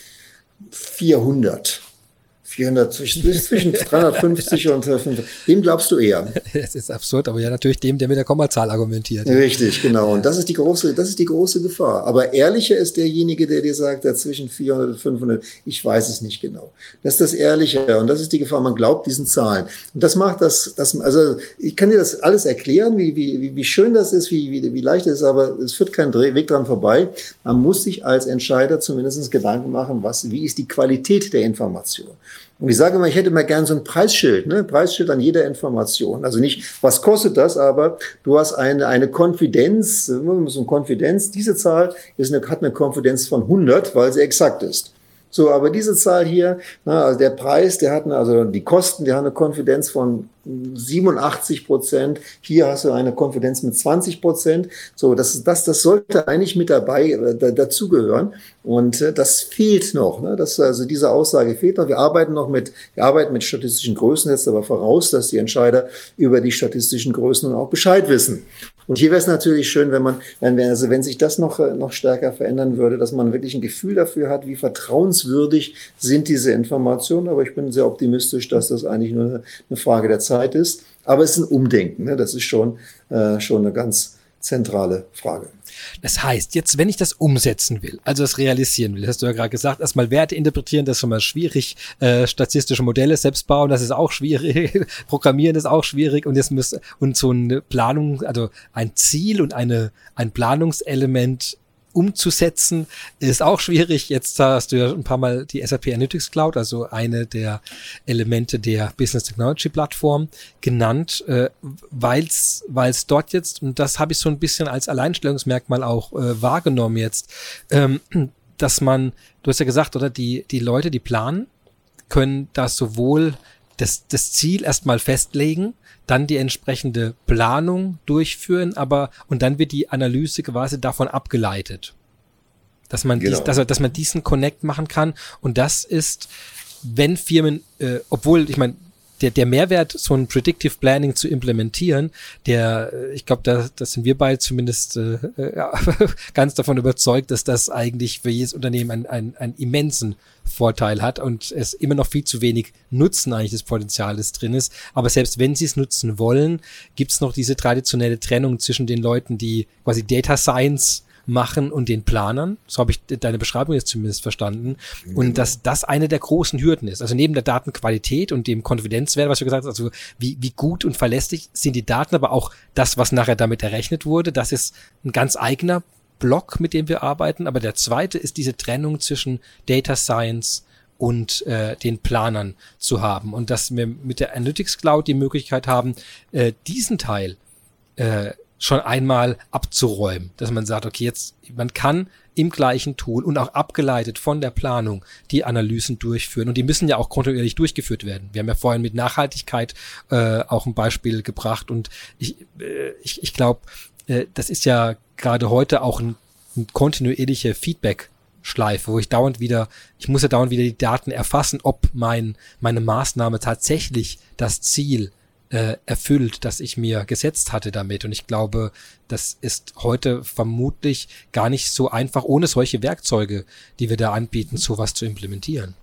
vierhundert. vierhundert, zwischen dreihundertfünfzig und fünfhundert. Dem glaubst du eher? Das ist absurd, aber ja natürlich dem, der mit der Kommazahl argumentiert. Richtig, genau. Und das ist die große, das ist die große Gefahr. Aber ehrlicher ist derjenige, der dir sagt, dazwischen vierhundert und fünfhundert, ich weiß es nicht genau. Das ist das Ehrliche und das ist die Gefahr. Man glaubt diesen Zahlen. Und das macht das, das also ich kann dir das alles erklären, wie, wie, wie schön das ist, wie, wie, wie leicht es ist, aber es führt kein Weg dran vorbei. Man muss sich als Entscheider zumindest Gedanken machen, was, wie ist die Qualität der Information. Und ich sage immer, ich hätte mal gern so ein Preisschild, ne? Preisschild an jeder Information. Also nicht, was kostet das, aber du hast eine, eine Konfidenz, so eine Konfidenz, diese Zahl ist eine, hat eine Konfidenz von hundert, weil sie exakt ist. So, aber diese Zahl hier, na, also der Preis, der hat eine, also die Kosten, die haben eine Konfidenz von siebenundachtzig Prozent. Hier hast du eine Konfidenz mit zwanzig Prozent. So, das, das, das sollte eigentlich mit dabei äh, dazugehören. Und äh, das fehlt noch. Ne? Das, also diese Aussage fehlt noch. Wir arbeiten noch mit, wir arbeiten mit statistischen Größen, setzt aber voraus, dass die Entscheider über die statistischen Größen auch Bescheid wissen. Und hier wäre es natürlich schön, wenn man, wenn wir, also wenn sich das noch, noch stärker verändern würde, dass man wirklich ein Gefühl dafür hat, wie vertrauenswürdig sind diese Informationen. Aber ich bin sehr optimistisch, dass das eigentlich nur eine, eine Frage der Zeit ist. Aber es ist ein Umdenken. Ne? Das ist schon, äh, schon eine ganz zentrale Frage. Das heißt, jetzt, wenn ich das umsetzen will, also das realisieren will, hast du ja gerade gesagt, erstmal Werte interpretieren, das ist schon mal schwierig, äh, statistische Modelle selbst bauen, das ist auch schwierig, Programmieren ist auch schwierig und jetzt müsste, und so eine Planung, also ein Ziel und eine, ein Planungselement umzusetzen, ist auch schwierig. Jetzt hast du ja ein paar Mal die S A P Analytics Cloud, also eine der Elemente der Business Technology Plattform genannt, äh, weil es weil es dort jetzt, und das habe ich so ein bisschen als Alleinstellungsmerkmal auch äh, wahrgenommen jetzt, ähm, dass man, du hast ja gesagt, oder, die die Leute, die planen, können das sowohl das, das Ziel erstmal festlegen, dann die entsprechende Planung durchführen, aber und dann wird die Analyse quasi davon abgeleitet, dass man genau. dies, dass, dass man diesen Connect machen kann. Und das ist, wenn Firmen, äh, obwohl ich meine, der der Mehrwert, so ein Predictive Planning zu implementieren, der, ich glaube, da das sind wir beide zumindest äh, ja, ganz davon überzeugt, dass das eigentlich für jedes Unternehmen einen, einen, einen immensen Vorteil hat und es immer noch viel zu wenig Nutzen eigentlich des Potenziales drin ist. Aber selbst wenn sie es nutzen wollen, gibt es noch diese traditionelle Trennung zwischen den Leuten, die quasi Data Science machen und den Planern. So habe ich deine Beschreibung jetzt zumindest verstanden. Mhm. Und dass das eine der großen Hürden ist. Also neben der Datenqualität und dem Konfidenzwert, was du gesagt hast, also wie, wie gut und verlässlich sind die Daten, aber auch das, was nachher damit errechnet wurde, das ist ein ganz eigener Block, mit dem wir arbeiten. Aber der zweite ist diese Trennung zwischen Data Science und äh, den Planern zu haben. Und dass wir mit der Analytics Cloud die Möglichkeit haben, äh, diesen Teil äh, schon einmal abzuräumen, dass man sagt, okay, jetzt, man kann im gleichen Tool und auch abgeleitet von der Planung die Analysen durchführen und die müssen ja auch kontinuierlich durchgeführt werden. Wir haben ja vorhin mit Nachhaltigkeit äh, auch ein Beispiel gebracht und ich, äh, ich, ich glaube, äh, das ist ja gerade heute auch ein, ein kontinuierliche Feedback Schleife, wo ich dauernd wieder, ich muss ja dauernd wieder die Daten erfassen, ob mein, meine Maßnahme tatsächlich das Ziel äh, erfüllt, das ich mir gesetzt hatte damit. Und ich glaube, das ist heute vermutlich gar nicht so einfach, ohne solche Werkzeuge, die wir da anbieten, sowas zu implementieren.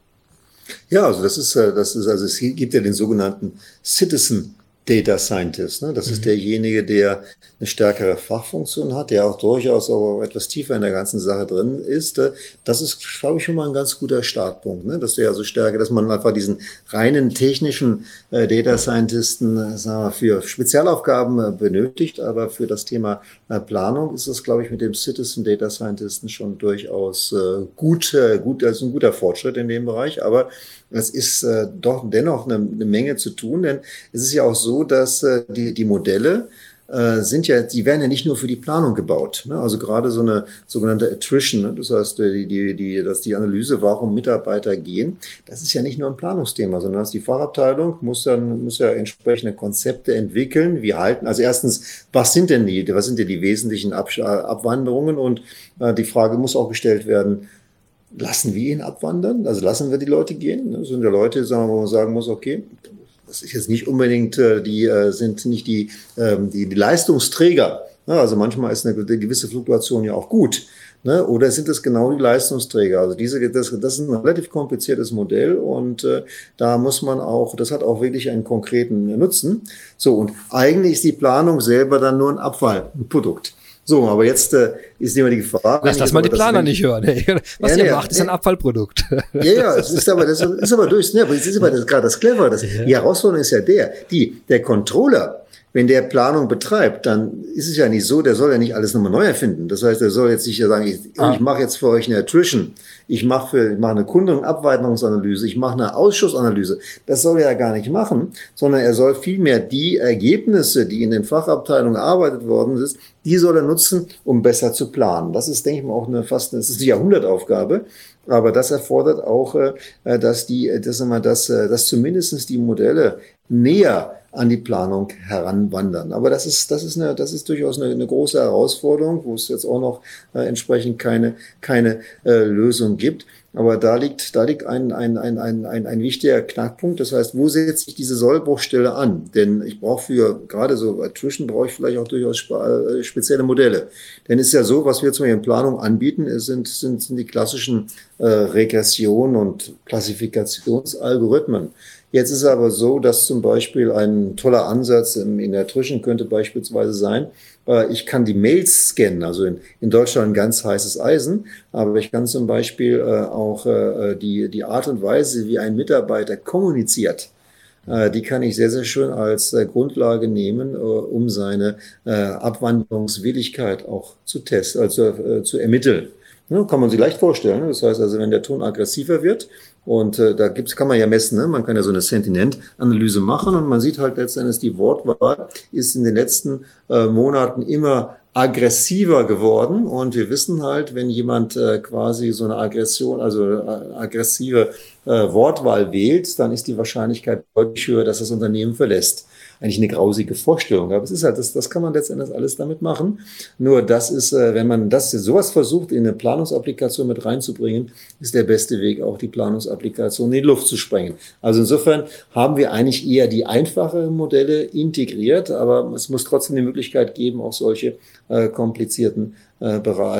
Ja, also das ist, das ist, also es gibt ja den sogenannten Citizen Data Scientist, ne? Das mhm. ist derjenige, der eine stärkere Fachfunktion hat, der auch durchaus auch etwas tiefer in der ganzen Sache drin ist. Das ist, glaube ich, schon mal ein ganz guter Startpunkt, ne? Dass der also stärker, dass man einfach diesen reinen technischen äh, Data Scientisten, äh, sagen wir, für Spezialaufgaben äh, benötigt, aber für das Thema äh, Planung ist das, glaube ich, mit dem Citizen Data Scientisten schon durchaus äh, gut, äh, gut, also ein guter Fortschritt in dem Bereich, aber es ist äh, doch dennoch eine, eine Menge zu tun, denn es ist ja auch so, dass äh, die, die Modelle äh, sind ja, die werden ja nicht nur für die Planung gebaut, ne? Also gerade so eine sogenannte Attrition, ne? Das heißt, die, die, die, dass die Analyse, warum Mitarbeiter gehen, das ist ja nicht nur ein Planungsthema, sondern dass die Fachabteilung muss dann, muss ja entsprechende Konzepte entwickeln, wie halten, also erstens, was sind denn die, was sind denn die wesentlichen Ab Abwanderungen und äh, die Frage muss auch gestellt werden, lassen wir ihn abwandern? Also lassen wir die Leute gehen? Das sind ja Leute, sagen wir, wo man sagen muss, okay, das ist jetzt nicht unbedingt, die sind nicht die, die, die Leistungsträger. Also manchmal ist eine gewisse Fluktuation ja auch gut. Oder sind es genau die Leistungsträger? Also diese, das, das ist ein relativ kompliziertes Modell und äh, da muss man auch, das hat auch wirklich einen konkreten Nutzen. So, und eigentlich ist die Planung selber dann nur ein Abfallprodukt. So, aber jetzt äh, ist immer die Gefahr. Lass das mal die Planer nicht hören. Was ja, ihr ja, macht, ist ein Abfallprodukt. Ja, ja, es ist aber, das ist aber durch, ne, aber das ist aber das, gerade das Clever. Das, die Herausforderung ist ja der, die, der Controller, wenn der Planung betreibt, dann ist es ja nicht so, der soll ja nicht alles nochmal neu erfinden. Das heißt, er soll jetzt nicht sagen, ich, ah. ich mache jetzt für euch eine Attrition, ich mache für, ich mache eine Kunden- und Abweiterungsanalyse, ich mache eine Ausschussanalyse. Das soll er ja gar nicht machen, sondern er soll vielmehr die Ergebnisse, die in den Fachabteilungen erarbeitet worden sind, die soll er nutzen, um besser zu planen. Das ist, denke ich mal, auch eine fast, das ist die Jahrhundertaufgabe. Aber das erfordert auch, dass die, dass immer, dass, dass zumindest die Modelle näher an die Planung heranwandern. Aber das ist, das ist eine, das ist durchaus eine, eine große Herausforderung, wo es jetzt auch noch äh, entsprechend keine, keine äh, Lösung gibt. Aber da liegt, da liegt ein, ein, ein, ein, ein, ein wichtiger Knackpunkt. Das heißt, wo setze ich diese Sollbruchstelle an? Denn ich brauche für, gerade so Attrition brauche ich vielleicht auch durchaus spe spezielle Modelle. Denn es ist ja so, was wir zum Beispiel in Planung anbieten, sind, sind, sind die klassischen äh, Regression- und Klassifikationsalgorithmen. Jetzt ist es aber so, dass zum Beispiel ein toller Ansatz in der Attrition könnte beispielsweise sein, ich kann die Mails scannen, also in, in Deutschland ein ganz heißes Eisen, aber ich kann zum Beispiel auch die, die Art und Weise, wie ein Mitarbeiter kommuniziert, die kann ich sehr, sehr schön als Grundlage nehmen, um seine Abwanderungswilligkeit auch zu testen, also zu ermitteln. Ja, kann man sich leicht vorstellen. Das heißt also, wenn der Ton aggressiver wird, und äh, da gibt's, kann man ja messen, ne? Man kann ja so eine Sentiment-Analyse machen und man sieht halt letztendlich, die Wortwahl ist in den letzten äh, Monaten immer aggressiver geworden und wir wissen halt, wenn jemand äh, quasi so eine Aggression, also äh, aggressive äh, Wortwahl wählt, dann ist die Wahrscheinlichkeit deutlich höher, dass das Unternehmen verlässt. Eigentlich eine grausige Vorstellung, aber es ist halt, das, das kann man letztendlich alles damit machen. Nur das ist, äh, wenn man das sowas versucht, in eine Planungsapplikation mit reinzubringen, ist der beste Weg auch die Planungsapplikation in die Luft zu sprengen. Also insofern haben wir eigentlich eher die einfacheren Modelle integriert, aber es muss trotzdem die Möglichkeit geben, auch solche äh, komplizierten äh,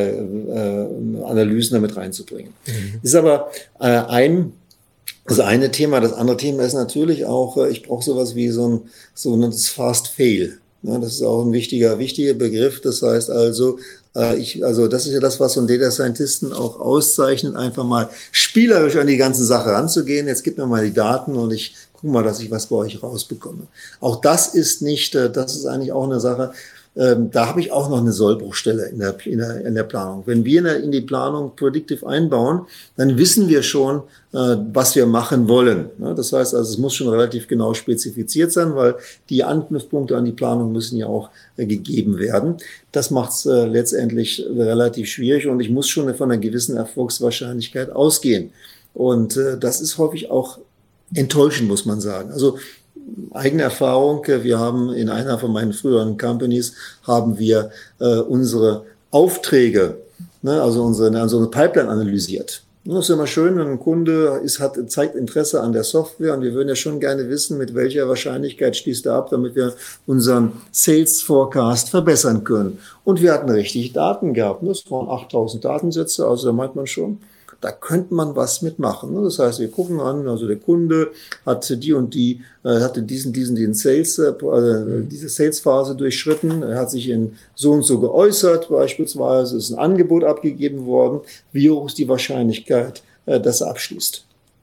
äh, Analysen damit reinzubringen. Mhm. Ist aber äh, ein Das eine Thema. Das andere Thema ist natürlich auch, ich brauche sowas wie so ein sogenanntes Fast Fail. Ja, das ist auch ein wichtiger, wichtiger Begriff. Das heißt also, ich, also das ist ja das, was so ein Data Scientisten auch auszeichnet, einfach mal spielerisch an die ganze Sache ranzugehen. Jetzt gib mir mal die Daten und ich gucke mal, dass ich was bei euch rausbekomme. Auch das ist nicht, das ist eigentlich auch eine Sache, ähm, da habe ich auch noch eine Sollbruchstelle in der, in der, in der Planung. Wenn wir in, der, in die Planung Predictive einbauen, dann wissen wir schon, äh, was wir machen wollen. Ja, das heißt also, es muss schon relativ genau spezifiziert sein, weil die Anknüpfpunkte an die Planung müssen ja auch äh, gegeben werden. Das macht es äh, letztendlich relativ schwierig und ich muss schon von einer gewissen Erfolgswahrscheinlichkeit ausgehen. Und äh, das ist häufig auch enttäuschend, muss man sagen. Also eigene Erfahrung, wir haben in einer von meinen früheren Companies, haben wir äh, unsere Aufträge, ne, also unsere, also unsere Pipeline analysiert. Das ist immer schön, wenn ein Kunde ist, hat, zeigt Interesse an der Software und wir würden ja schon gerne wissen, mit welcher Wahrscheinlichkeit schließt er ab, damit wir unseren Sales Forecast verbessern können. Und wir hatten richtig Daten gehabt. Das waren achttausend Datensätze, also da meint man schon, da könnte man was mitmachen. Das heißt, wir gucken an, also der Kunde hat die und die, äh, hatte diesen, diesen, den Sales, äh, diese Sales-Phase durchschritten, er hat sich in so und so geäußert, beispielsweise ist ein Angebot abgegeben worden. Wie hoch ist die Wahrscheinlichkeit, äh, dass er abschließt?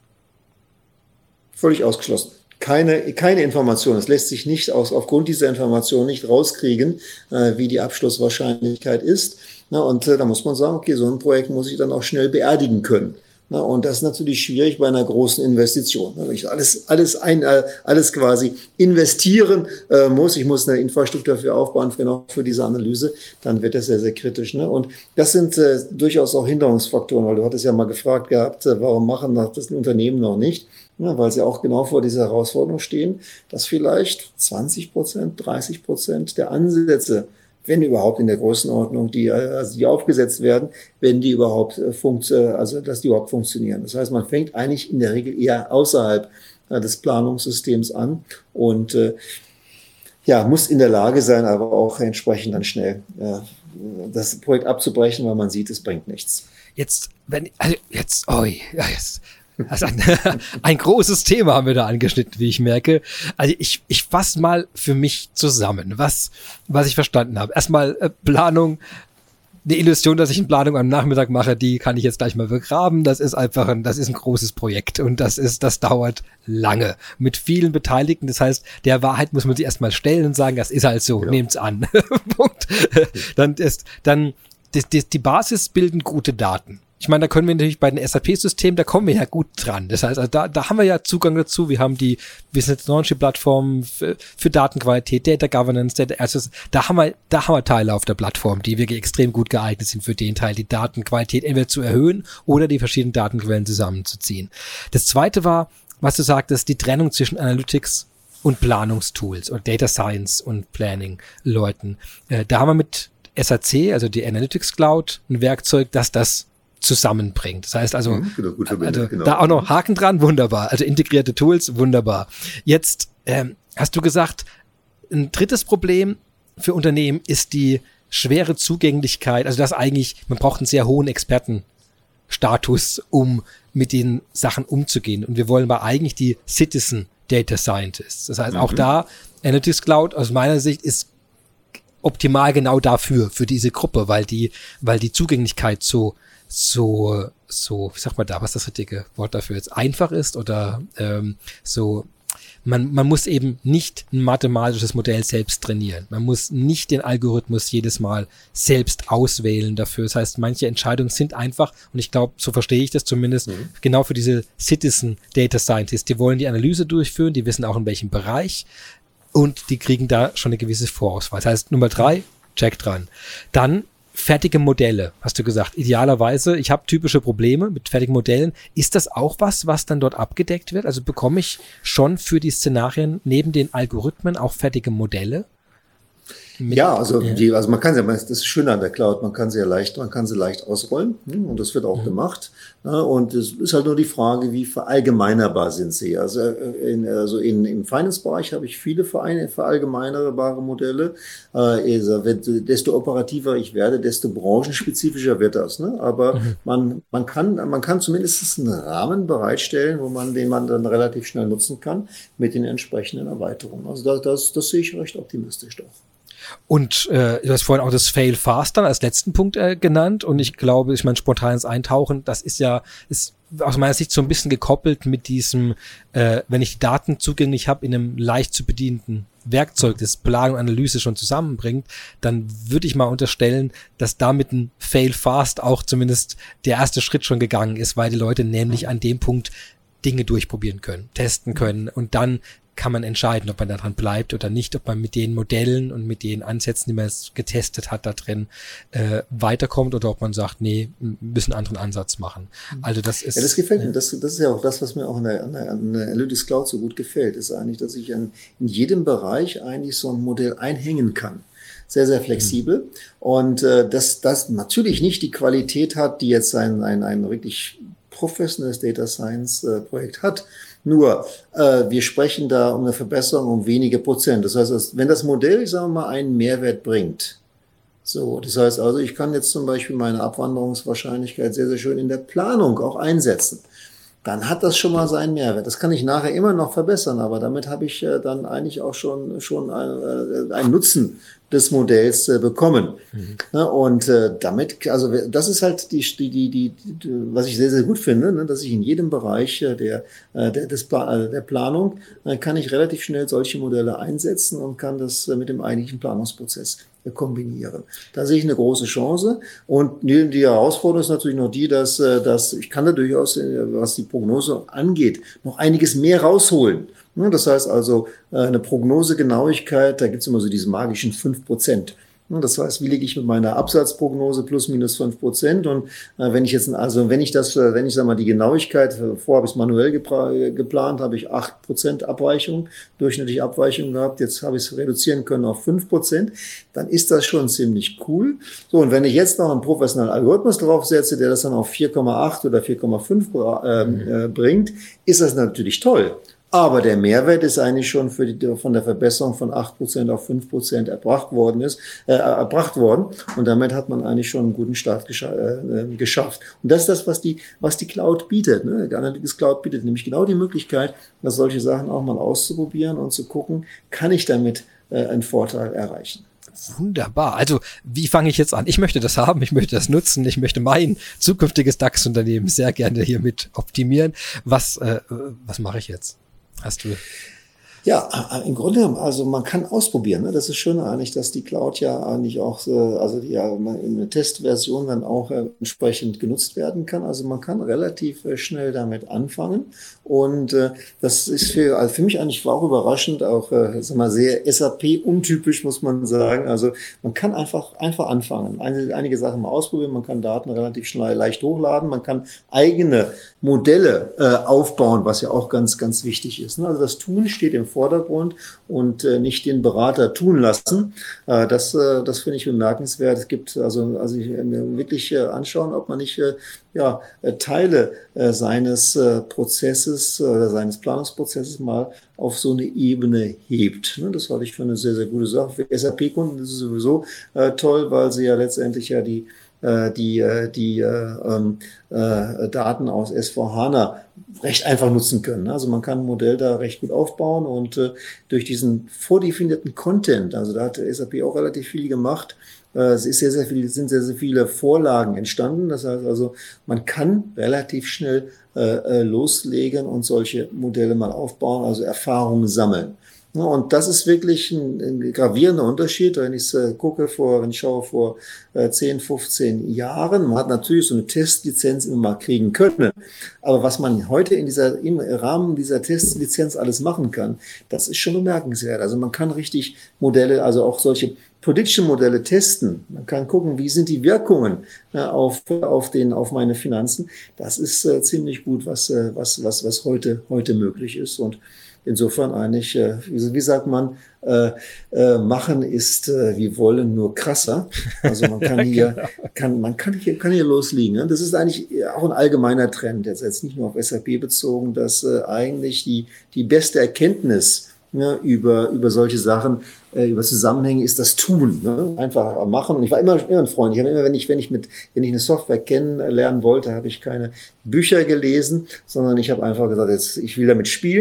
Völlig ausgeschlossen. Keine, keine Information. Es lässt sich nicht aus, aufgrund dieser Information nicht rauskriegen, äh, wie die Abschlusswahrscheinlichkeit ist. Na, und äh, da muss man sagen, okay, so ein Projekt muss ich dann auch schnell beerdigen können. Na, und das ist natürlich schwierig bei einer großen Investition. Wenn ich alles, alles, ein, äh, alles quasi investieren äh, muss, ich muss eine Infrastruktur dafür aufbauen, genau für diese Analyse, dann wird das sehr, sehr kritisch. Ne? Und das sind äh, durchaus auch Hinderungsfaktoren, weil du hattest ja mal gefragt gehabt, äh, warum machen das Unternehmen noch nicht? Ja, weil sie auch genau vor dieser Herausforderung stehen, dass vielleicht zwanzig Prozent, dreißig Prozent der Ansätze, wenn überhaupt in der Größenordnung, die, also die aufgesetzt werden, wenn die überhaupt funkt, also dass die überhaupt funktionieren. Das heißt, man fängt eigentlich in der Regel eher außerhalb des Planungssystems an und äh, ja, muss in der Lage sein, aber auch entsprechend dann schnell äh, das Projekt abzubrechen, weil man sieht, es bringt nichts. Jetzt, wenn, also jetzt, oh, jetzt. Also ein, ein großes Thema haben wir da angeschnitten, wie ich merke. Also ich, ich fasse mal für mich zusammen, was, was ich verstanden habe. Erstmal äh, Planung, eine Illusion, dass ich eine Planung am Nachmittag mache, die kann ich jetzt gleich mal begraben. Das ist einfach ein, das ist ein großes Projekt und das ist, das dauert lange mit vielen Beteiligten. Das heißt, der Wahrheit muss man sich erstmal stellen und sagen, das ist halt so, genau. Nehmt's an. Punkt. Dann ist, dann, die, die, die Basis bilden gute Daten. Ich meine, da können wir natürlich bei den S A P-Systemen, da kommen wir ja gut dran. Das heißt, also da, da haben wir ja Zugang dazu. Wir haben die Business Technology-Plattform für, für Datenqualität, Data Governance, Data Access. Da haben wir, da haben wir Teile auf der Plattform, die wirklich extrem gut geeignet sind für den Teil, die Datenqualität entweder zu erhöhen oder die verschiedenen Datenquellen zusammenzuziehen. Das zweite war, was du sagtest, die Trennung zwischen Analytics und Planungstools und Data Science und Planning-Leuten. Äh, da haben wir mit S A C, also die Analytics Cloud, ein Werkzeug, das das zusammenbringt. Das heißt also, mhm, genau, gut also genau. Da auch noch Haken dran, wunderbar. Also integrierte Tools, wunderbar. Jetzt ähm, hast du gesagt, ein drittes Problem für Unternehmen ist die schwere Zugänglichkeit. Also das eigentlich, man braucht einen sehr hohen Expertenstatus, um mit den Sachen umzugehen. Und wir wollen aber eigentlich die Citizen Data Scientists. Das heißt, mhm. auch da, Analytics Cloud aus meiner Sicht ist optimal genau dafür, für diese Gruppe, weil die, weil die Zugänglichkeit so so, so, wie sagt man da, was ist das richtige Wort dafür jetzt, einfach ist oder ähm, so, man, man muss eben nicht ein mathematisches Modell selbst trainieren. Man muss nicht den Algorithmus jedes Mal selbst auswählen dafür. Das heißt, manche Entscheidungen sind einfach, und ich glaube, so verstehe ich das zumindest, mhm. genau für diese Citizen Data Scientists. Die wollen die Analyse durchführen, die wissen auch in welchem Bereich und die kriegen da schon eine gewisse Vorauswahl. Das heißt, Nummer drei, check dran. Dann fertige Modelle, hast du gesagt. Idealerweise, ich habe typische Probleme mit fertigen Modellen. Ist das auch was, was dann dort abgedeckt wird? Also bekomme ich schon für die Szenarien neben den Algorithmen auch fertige Modelle? Mit, ja, also, ja. Die, also man kann sie, das ist schön an der Cloud, man kann sie ja leicht, man kann sie leicht ausrollen, und das wird auch mhm. gemacht. Und es ist halt nur die Frage, wie verallgemeinerbar sind sie. Also, in, also in, im Finance-Bereich habe ich viele Vereine, verallgemeinerbare Modelle. Also, desto operativer ich werde, desto branchenspezifischer wird das. Ne? Aber mhm. man, man kann, man kann zumindest einen Rahmen bereitstellen, wo man, den man dann relativ schnell nutzen kann mit den entsprechenden Erweiterungen. Also das, das, das sehe ich recht optimistisch doch. Und äh, du hast vorhin auch das Fail Faster als letzten Punkt äh, genannt und ich glaube, ich meine, spontanes Eintauchen, das ist ja, ist aus meiner Sicht so ein bisschen gekoppelt mit diesem, äh, wenn ich die Daten zugänglich habe in einem leicht zu bedienenden Werkzeug des Planung und Analyse schon zusammenbringt, dann würde ich mal unterstellen, dass damit ein Fail fast auch zumindest der erste Schritt schon gegangen ist, weil die Leute nämlich an dem Punkt Dinge durchprobieren können, testen können und dann kann man entscheiden, ob man daran bleibt oder nicht, ob man mit den Modellen und mit den Ansätzen, die man jetzt getestet hat, da drin äh, weiterkommt oder ob man sagt, nee, wir müssen einen anderen Ansatz machen. Also das ist... Ja, das gefällt äh, mir. Das, das ist ja auch das, was mir auch an der, an der, an der Analytics Cloud so gut gefällt, ist eigentlich, dass ich an, in jedem Bereich eigentlich so ein Modell einhängen kann. Sehr, sehr flexibel. Mhm. Und äh, dass das natürlich nicht die Qualität hat, die jetzt ein, ein, ein wirklich professionelles Data Science äh, Projekt hat. Nur, äh, wir sprechen da um eine Verbesserung um wenige Prozent. Das heißt, wenn das Modell, sagen wir mal, einen Mehrwert bringt, so, das heißt also, ich kann jetzt zum Beispiel meine Abwanderungswahrscheinlichkeit sehr, sehr schön in der Planung auch einsetzen. Dann hat das schon mal seinen Mehrwert. Das kann ich nachher immer noch verbessern, aber damit habe ich äh, dann eigentlich auch schon, schon ein, äh, einen Nutzen des Modells äh, bekommen. Mhm. Ne, und äh, damit, also das ist halt die, die, die, die, die, was ich sehr, sehr gut finde, ne, dass ich in jedem Bereich äh, der, äh, der, des Pla- der Planung äh, kann ich relativ schnell solche Modelle einsetzen und kann das äh, mit dem eigentlichen Planungsprozess äh, kombinieren. Da sehe ich eine große Chance. Und die, die Herausforderung ist natürlich noch die, dass, äh, dass ich kann da durchaus, äh, was die Prognose angeht, noch einiges mehr rausholen. Das heißt also, eine Prognosegenauigkeit, da gibt es immer so diese magischen fünf Prozent. Das heißt, wie liege ich mit meiner Absatzprognose plus minus fünf Prozent? Und wenn ich jetzt, also wenn ich das, wenn ich sage mal die Genauigkeit, vorher habe ich es manuell gepra- geplant, habe ich acht Prozent Abweichung, durchschnittliche Abweichung gehabt, jetzt habe ich es reduzieren können auf fünf Prozent, dann ist das schon ziemlich cool. So, und wenn ich jetzt noch einen professionellen Algorithmus draufsetze, der das dann auf vier Komma acht oder vier Komma fünf äh, äh, bringt, ist das natürlich toll. Aber der Mehrwert ist eigentlich schon für die, von der Verbesserung von acht Prozent auf fünf Prozent erbracht worden ist, äh, erbracht worden. Und damit hat man eigentlich schon einen guten Start gescha- äh, geschafft. Und das ist das, was die, was die Cloud bietet. Ne? Die Analytics Cloud bietet nämlich genau die Möglichkeit, dass solche Sachen auch mal auszuprobieren und zu gucken, kann ich damit äh, einen Vorteil erreichen. Wunderbar. Also, wie fange ich jetzt an? Ich möchte das haben, ich möchte das nutzen, ich möchte mein zukünftiges DAX-Unternehmen sehr gerne hiermit optimieren. Was, äh, was mache ich jetzt? Hast du? Ja, im Grunde, also man kann ausprobieren. Ne? Das ist schön eigentlich, dass die Cloud ja eigentlich auch, also die ja in einer Testversion dann auch entsprechend genutzt werden kann. Also man kann relativ schnell damit anfangen. Und äh, das ist für, also für mich eigentlich war auch überraschend, auch äh, sag mal sehr S A P-untypisch, muss man sagen. Also man kann einfach einfach anfangen. Einige, einige Sachen mal ausprobieren, man kann Daten relativ schnell leicht hochladen, man kann eigene Modelle äh, aufbauen, was ja auch ganz, ganz wichtig ist. Ne? Also das Tun steht im Vordergrund und äh, nicht den Berater tun lassen. Äh, das äh, das finde ich bemerkenswert. Es gibt also, also ich, äh, wirklich äh, anschauen, ob man nicht äh, ja, äh, Teile äh, seines äh, Prozesses oder seines Planungsprozesses mal auf so eine Ebene hebt. Ne? Das halte ich für eine sehr, sehr gute Sache. Für S A P-Kunden ist es sowieso äh, toll, weil sie ja letztendlich ja die die die äh, äh, Daten aus S vier HANA recht einfach nutzen können. Also man kann ein Modell da recht gut aufbauen und äh, durch diesen vordefinierten Content, also da hat S A P auch relativ viel gemacht. Äh, es ist sehr, sehr viel, sind sehr, sehr viele Vorlagen entstanden. Das heißt also, man kann relativ schnell äh, loslegen und solche Modelle mal aufbauen, also Erfahrungen sammeln. Und das ist wirklich ein, ein gravierender Unterschied, wenn ich äh, gucke, vor, wenn ich schaue vor äh, zehn, fünfzehn Jahren. Man hat natürlich so eine Testlizenz immer mal kriegen können. Aber was man heute in dieser, im Rahmen dieser Testlizenz alles machen kann, das ist schon bemerkenswert. Also man kann richtig Modelle, also auch solche Prediction-Modelle testen. Man kann gucken, wie sind die Wirkungen äh, auf, auf den, auf meine Finanzen. Das ist äh, ziemlich gut, was, äh, was, was, was heute, heute möglich ist. Und insofern eigentlich, äh, wie, wie sagt man, äh, äh, machen ist äh, wie wollen, nur krasser. Also man kann hier, kann, man kann hier, kann hier loslegen. Ne? Das ist eigentlich auch ein allgemeiner Trend, jetzt, jetzt nicht nur auf S A P bezogen, dass äh, eigentlich die, die beste Erkenntnis ne, über, über solche Sachen, äh, über Zusammenhänge ist das Tun. Ne? Einfach machen. Und ich war immer, immer ein Freund. Ich habe immer, wenn ich, wenn ich mit, wenn ich eine Software kennenlernen wollte, habe ich keine Bücher gelesen, sondern ich habe einfach gesagt, jetzt, ich will damit spielen.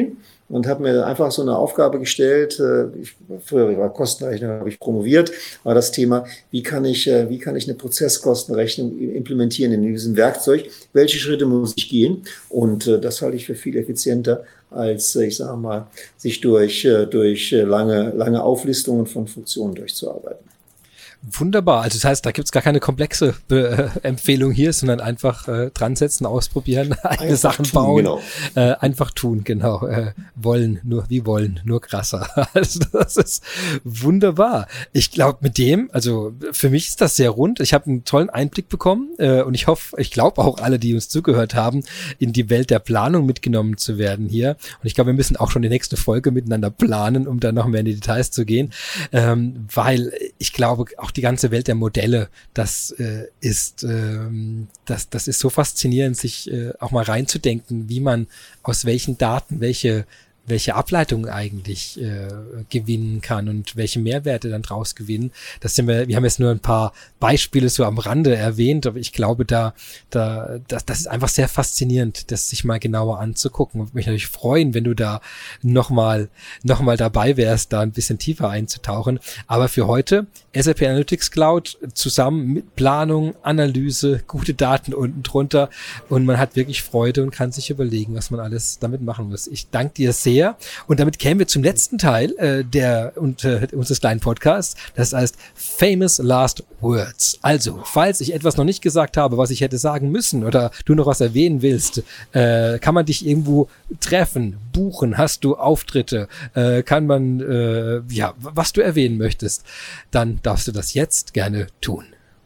und habe mir einfach so eine Aufgabe gestellt. Ich, früher ich war Kostenrechner, habe ich promoviert, war das Thema, wie kann ich, wie kann ich eine Prozesskostenrechnung implementieren in diesem Werkzeug? Welche Schritte muss ich gehen? Und das halte ich für viel effizienter, als, ich sage mal, sich durch, durch lange, lange Auflistungen von Funktionen durchzuarbeiten. Wunderbar. Also das heißt, da gibt's gar keine komplexe Be- äh, Empfehlung hier, sondern einfach äh, dran setzen, ausprobieren, eigene einfach Sachen tun, bauen. Genau. Äh, einfach tun, genau. Äh, wollen, nur wie wollen, nur krasser. Also das ist wunderbar. Ich glaube mit dem, also für mich ist das sehr rund. Ich habe einen tollen Einblick bekommen äh, und ich hoffe, ich glaube auch alle, die uns zugehört haben, in die Welt der Planung mitgenommen zu werden hier. Und ich glaube, wir müssen auch schon die nächste Folge miteinander planen, um dann noch mehr in die Details zu gehen, ähm, weil ich glaube, auch die ganze Welt der Modelle, das äh, ist ähm, das, das ist so faszinierend, sich äh, auch mal reinzudenken, wie man aus welchen Daten welche welche Ableitungen eigentlich äh, gewinnen kann und welche Mehrwerte dann draus gewinnen. Das sind wir, wir haben jetzt nur ein paar Beispiele so am Rande erwähnt, aber ich glaube, da, da, das, das ist einfach sehr faszinierend, das sich mal genauer anzugucken. Und mich natürlich freuen, wenn du da nochmal, nochmal dabei wärst, da ein bisschen tiefer einzutauchen. Aber für heute S A P Analytics Cloud zusammen mit Planung, Analyse, gute Daten unten drunter und man hat wirklich Freude und kann sich überlegen, was man alles damit machen muss. Ich danke dir sehr. Und damit kämen wir zum letzten Teil äh, der und, äh, unseres kleinen Podcasts. Das heißt Famous Last Words. Also, falls ich etwas noch nicht gesagt habe, was ich hätte sagen müssen oder du noch was erwähnen willst, äh, kann man dich irgendwo treffen, buchen, hast du Auftritte, äh, kann man, äh, ja, was du erwähnen möchtest, dann darfst du das jetzt gerne tun.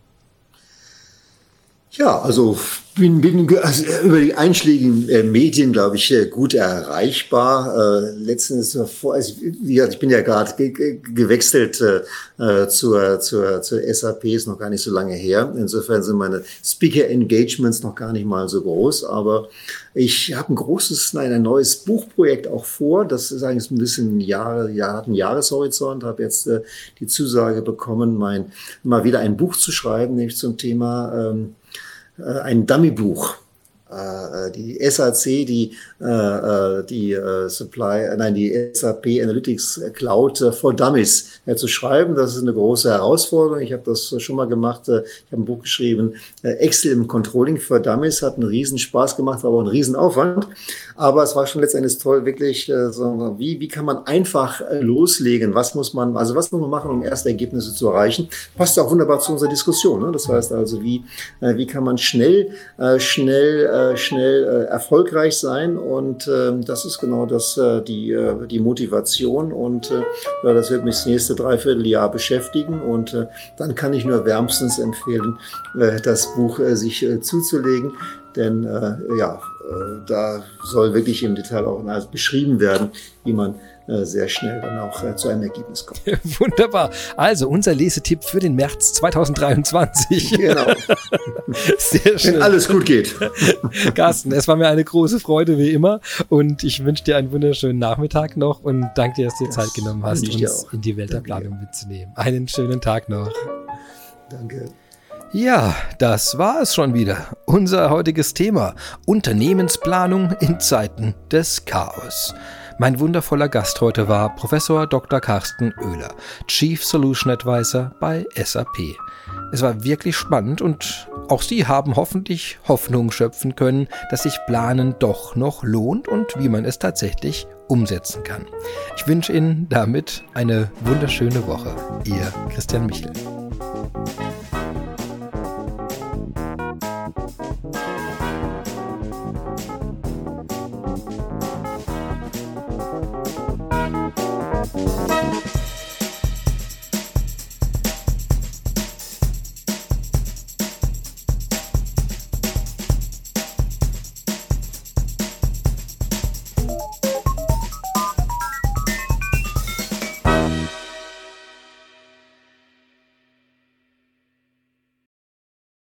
Ja, also bin, bin also über die einschlägigen äh, Medien, glaube ich, äh, gut erreichbar. Äh, letztens vor, also, wie gesagt, ich bin ja gerade ge ge gewechselt äh, zur, zur, zur S A P, ist noch gar nicht so lange her. Insofern sind meine Speaker-Engagements noch gar nicht mal so groß, aber ich habe ein großes, nein, ein neues Buchprojekt auch vor. Das ist eigentlich ein bisschen Jahre, Jahr, ein Jahreshorizont. Habe jetzt äh, die Zusage bekommen, mein mal wieder ein Buch zu schreiben, nämlich zum Thema ähm, ein Dummy-Buch. Die S A C, die, die Supply, nein, die S A P Analytics Cloud for Dummies zu schreiben. Das ist eine große Herausforderung. Ich habe das schon mal gemacht. Ich habe ein Buch geschrieben, Excel im Controlling for Dummies. Hat einen riesen Spaß gemacht, war aber auch ein riesen Aufwand. Aber es war schon letztendlich toll, wirklich, so, wie, wie kann man einfach loslegen? Was muss man, also was muss man machen, um erste Ergebnisse zu erreichen? Passt auch wunderbar zu unserer Diskussion. Ne? Das heißt also, wie, wie kann man schnell, schnell, schnell äh, erfolgreich sein und äh, das ist genau das äh, die äh, die Motivation und äh, das wird mich das nächste Dreivierteljahr beschäftigen und äh, dann kann ich nur wärmstens empfehlen, äh, das Buch äh, sich äh, zuzulegen, denn äh, ja äh, da soll wirklich im Detail auch beschrieben werden, wie man sehr schnell dann auch äh, zu einem Ergebnis kommt. Wunderbar. Also unser Lesetipp für den März zweitausenddreiundzwanzig. Genau. Sehr schön. Wenn alles gut geht. Carsten, es war mir eine große Freude wie immer und ich wünsche dir einen wunderschönen Nachmittag noch und danke dir, dass du dir Zeit genommen hast, uns in die Welt der Planung mitzunehmen. Einen schönen Tag noch. Danke. Ja, das war es schon wieder. Unser heutiges Thema: Unternehmensplanung in Zeiten des Chaos. Mein wundervoller Gast heute war Professor Doktor Carsten Oehler, Chief Solution Advisor bei S A P. Es war wirklich spannend und auch Sie haben hoffentlich Hoffnung schöpfen können, dass sich Planen doch noch lohnt und wie man es tatsächlich umsetzen kann. Ich wünsche Ihnen damit eine wunderschöne Woche. Ihr Christian Michel.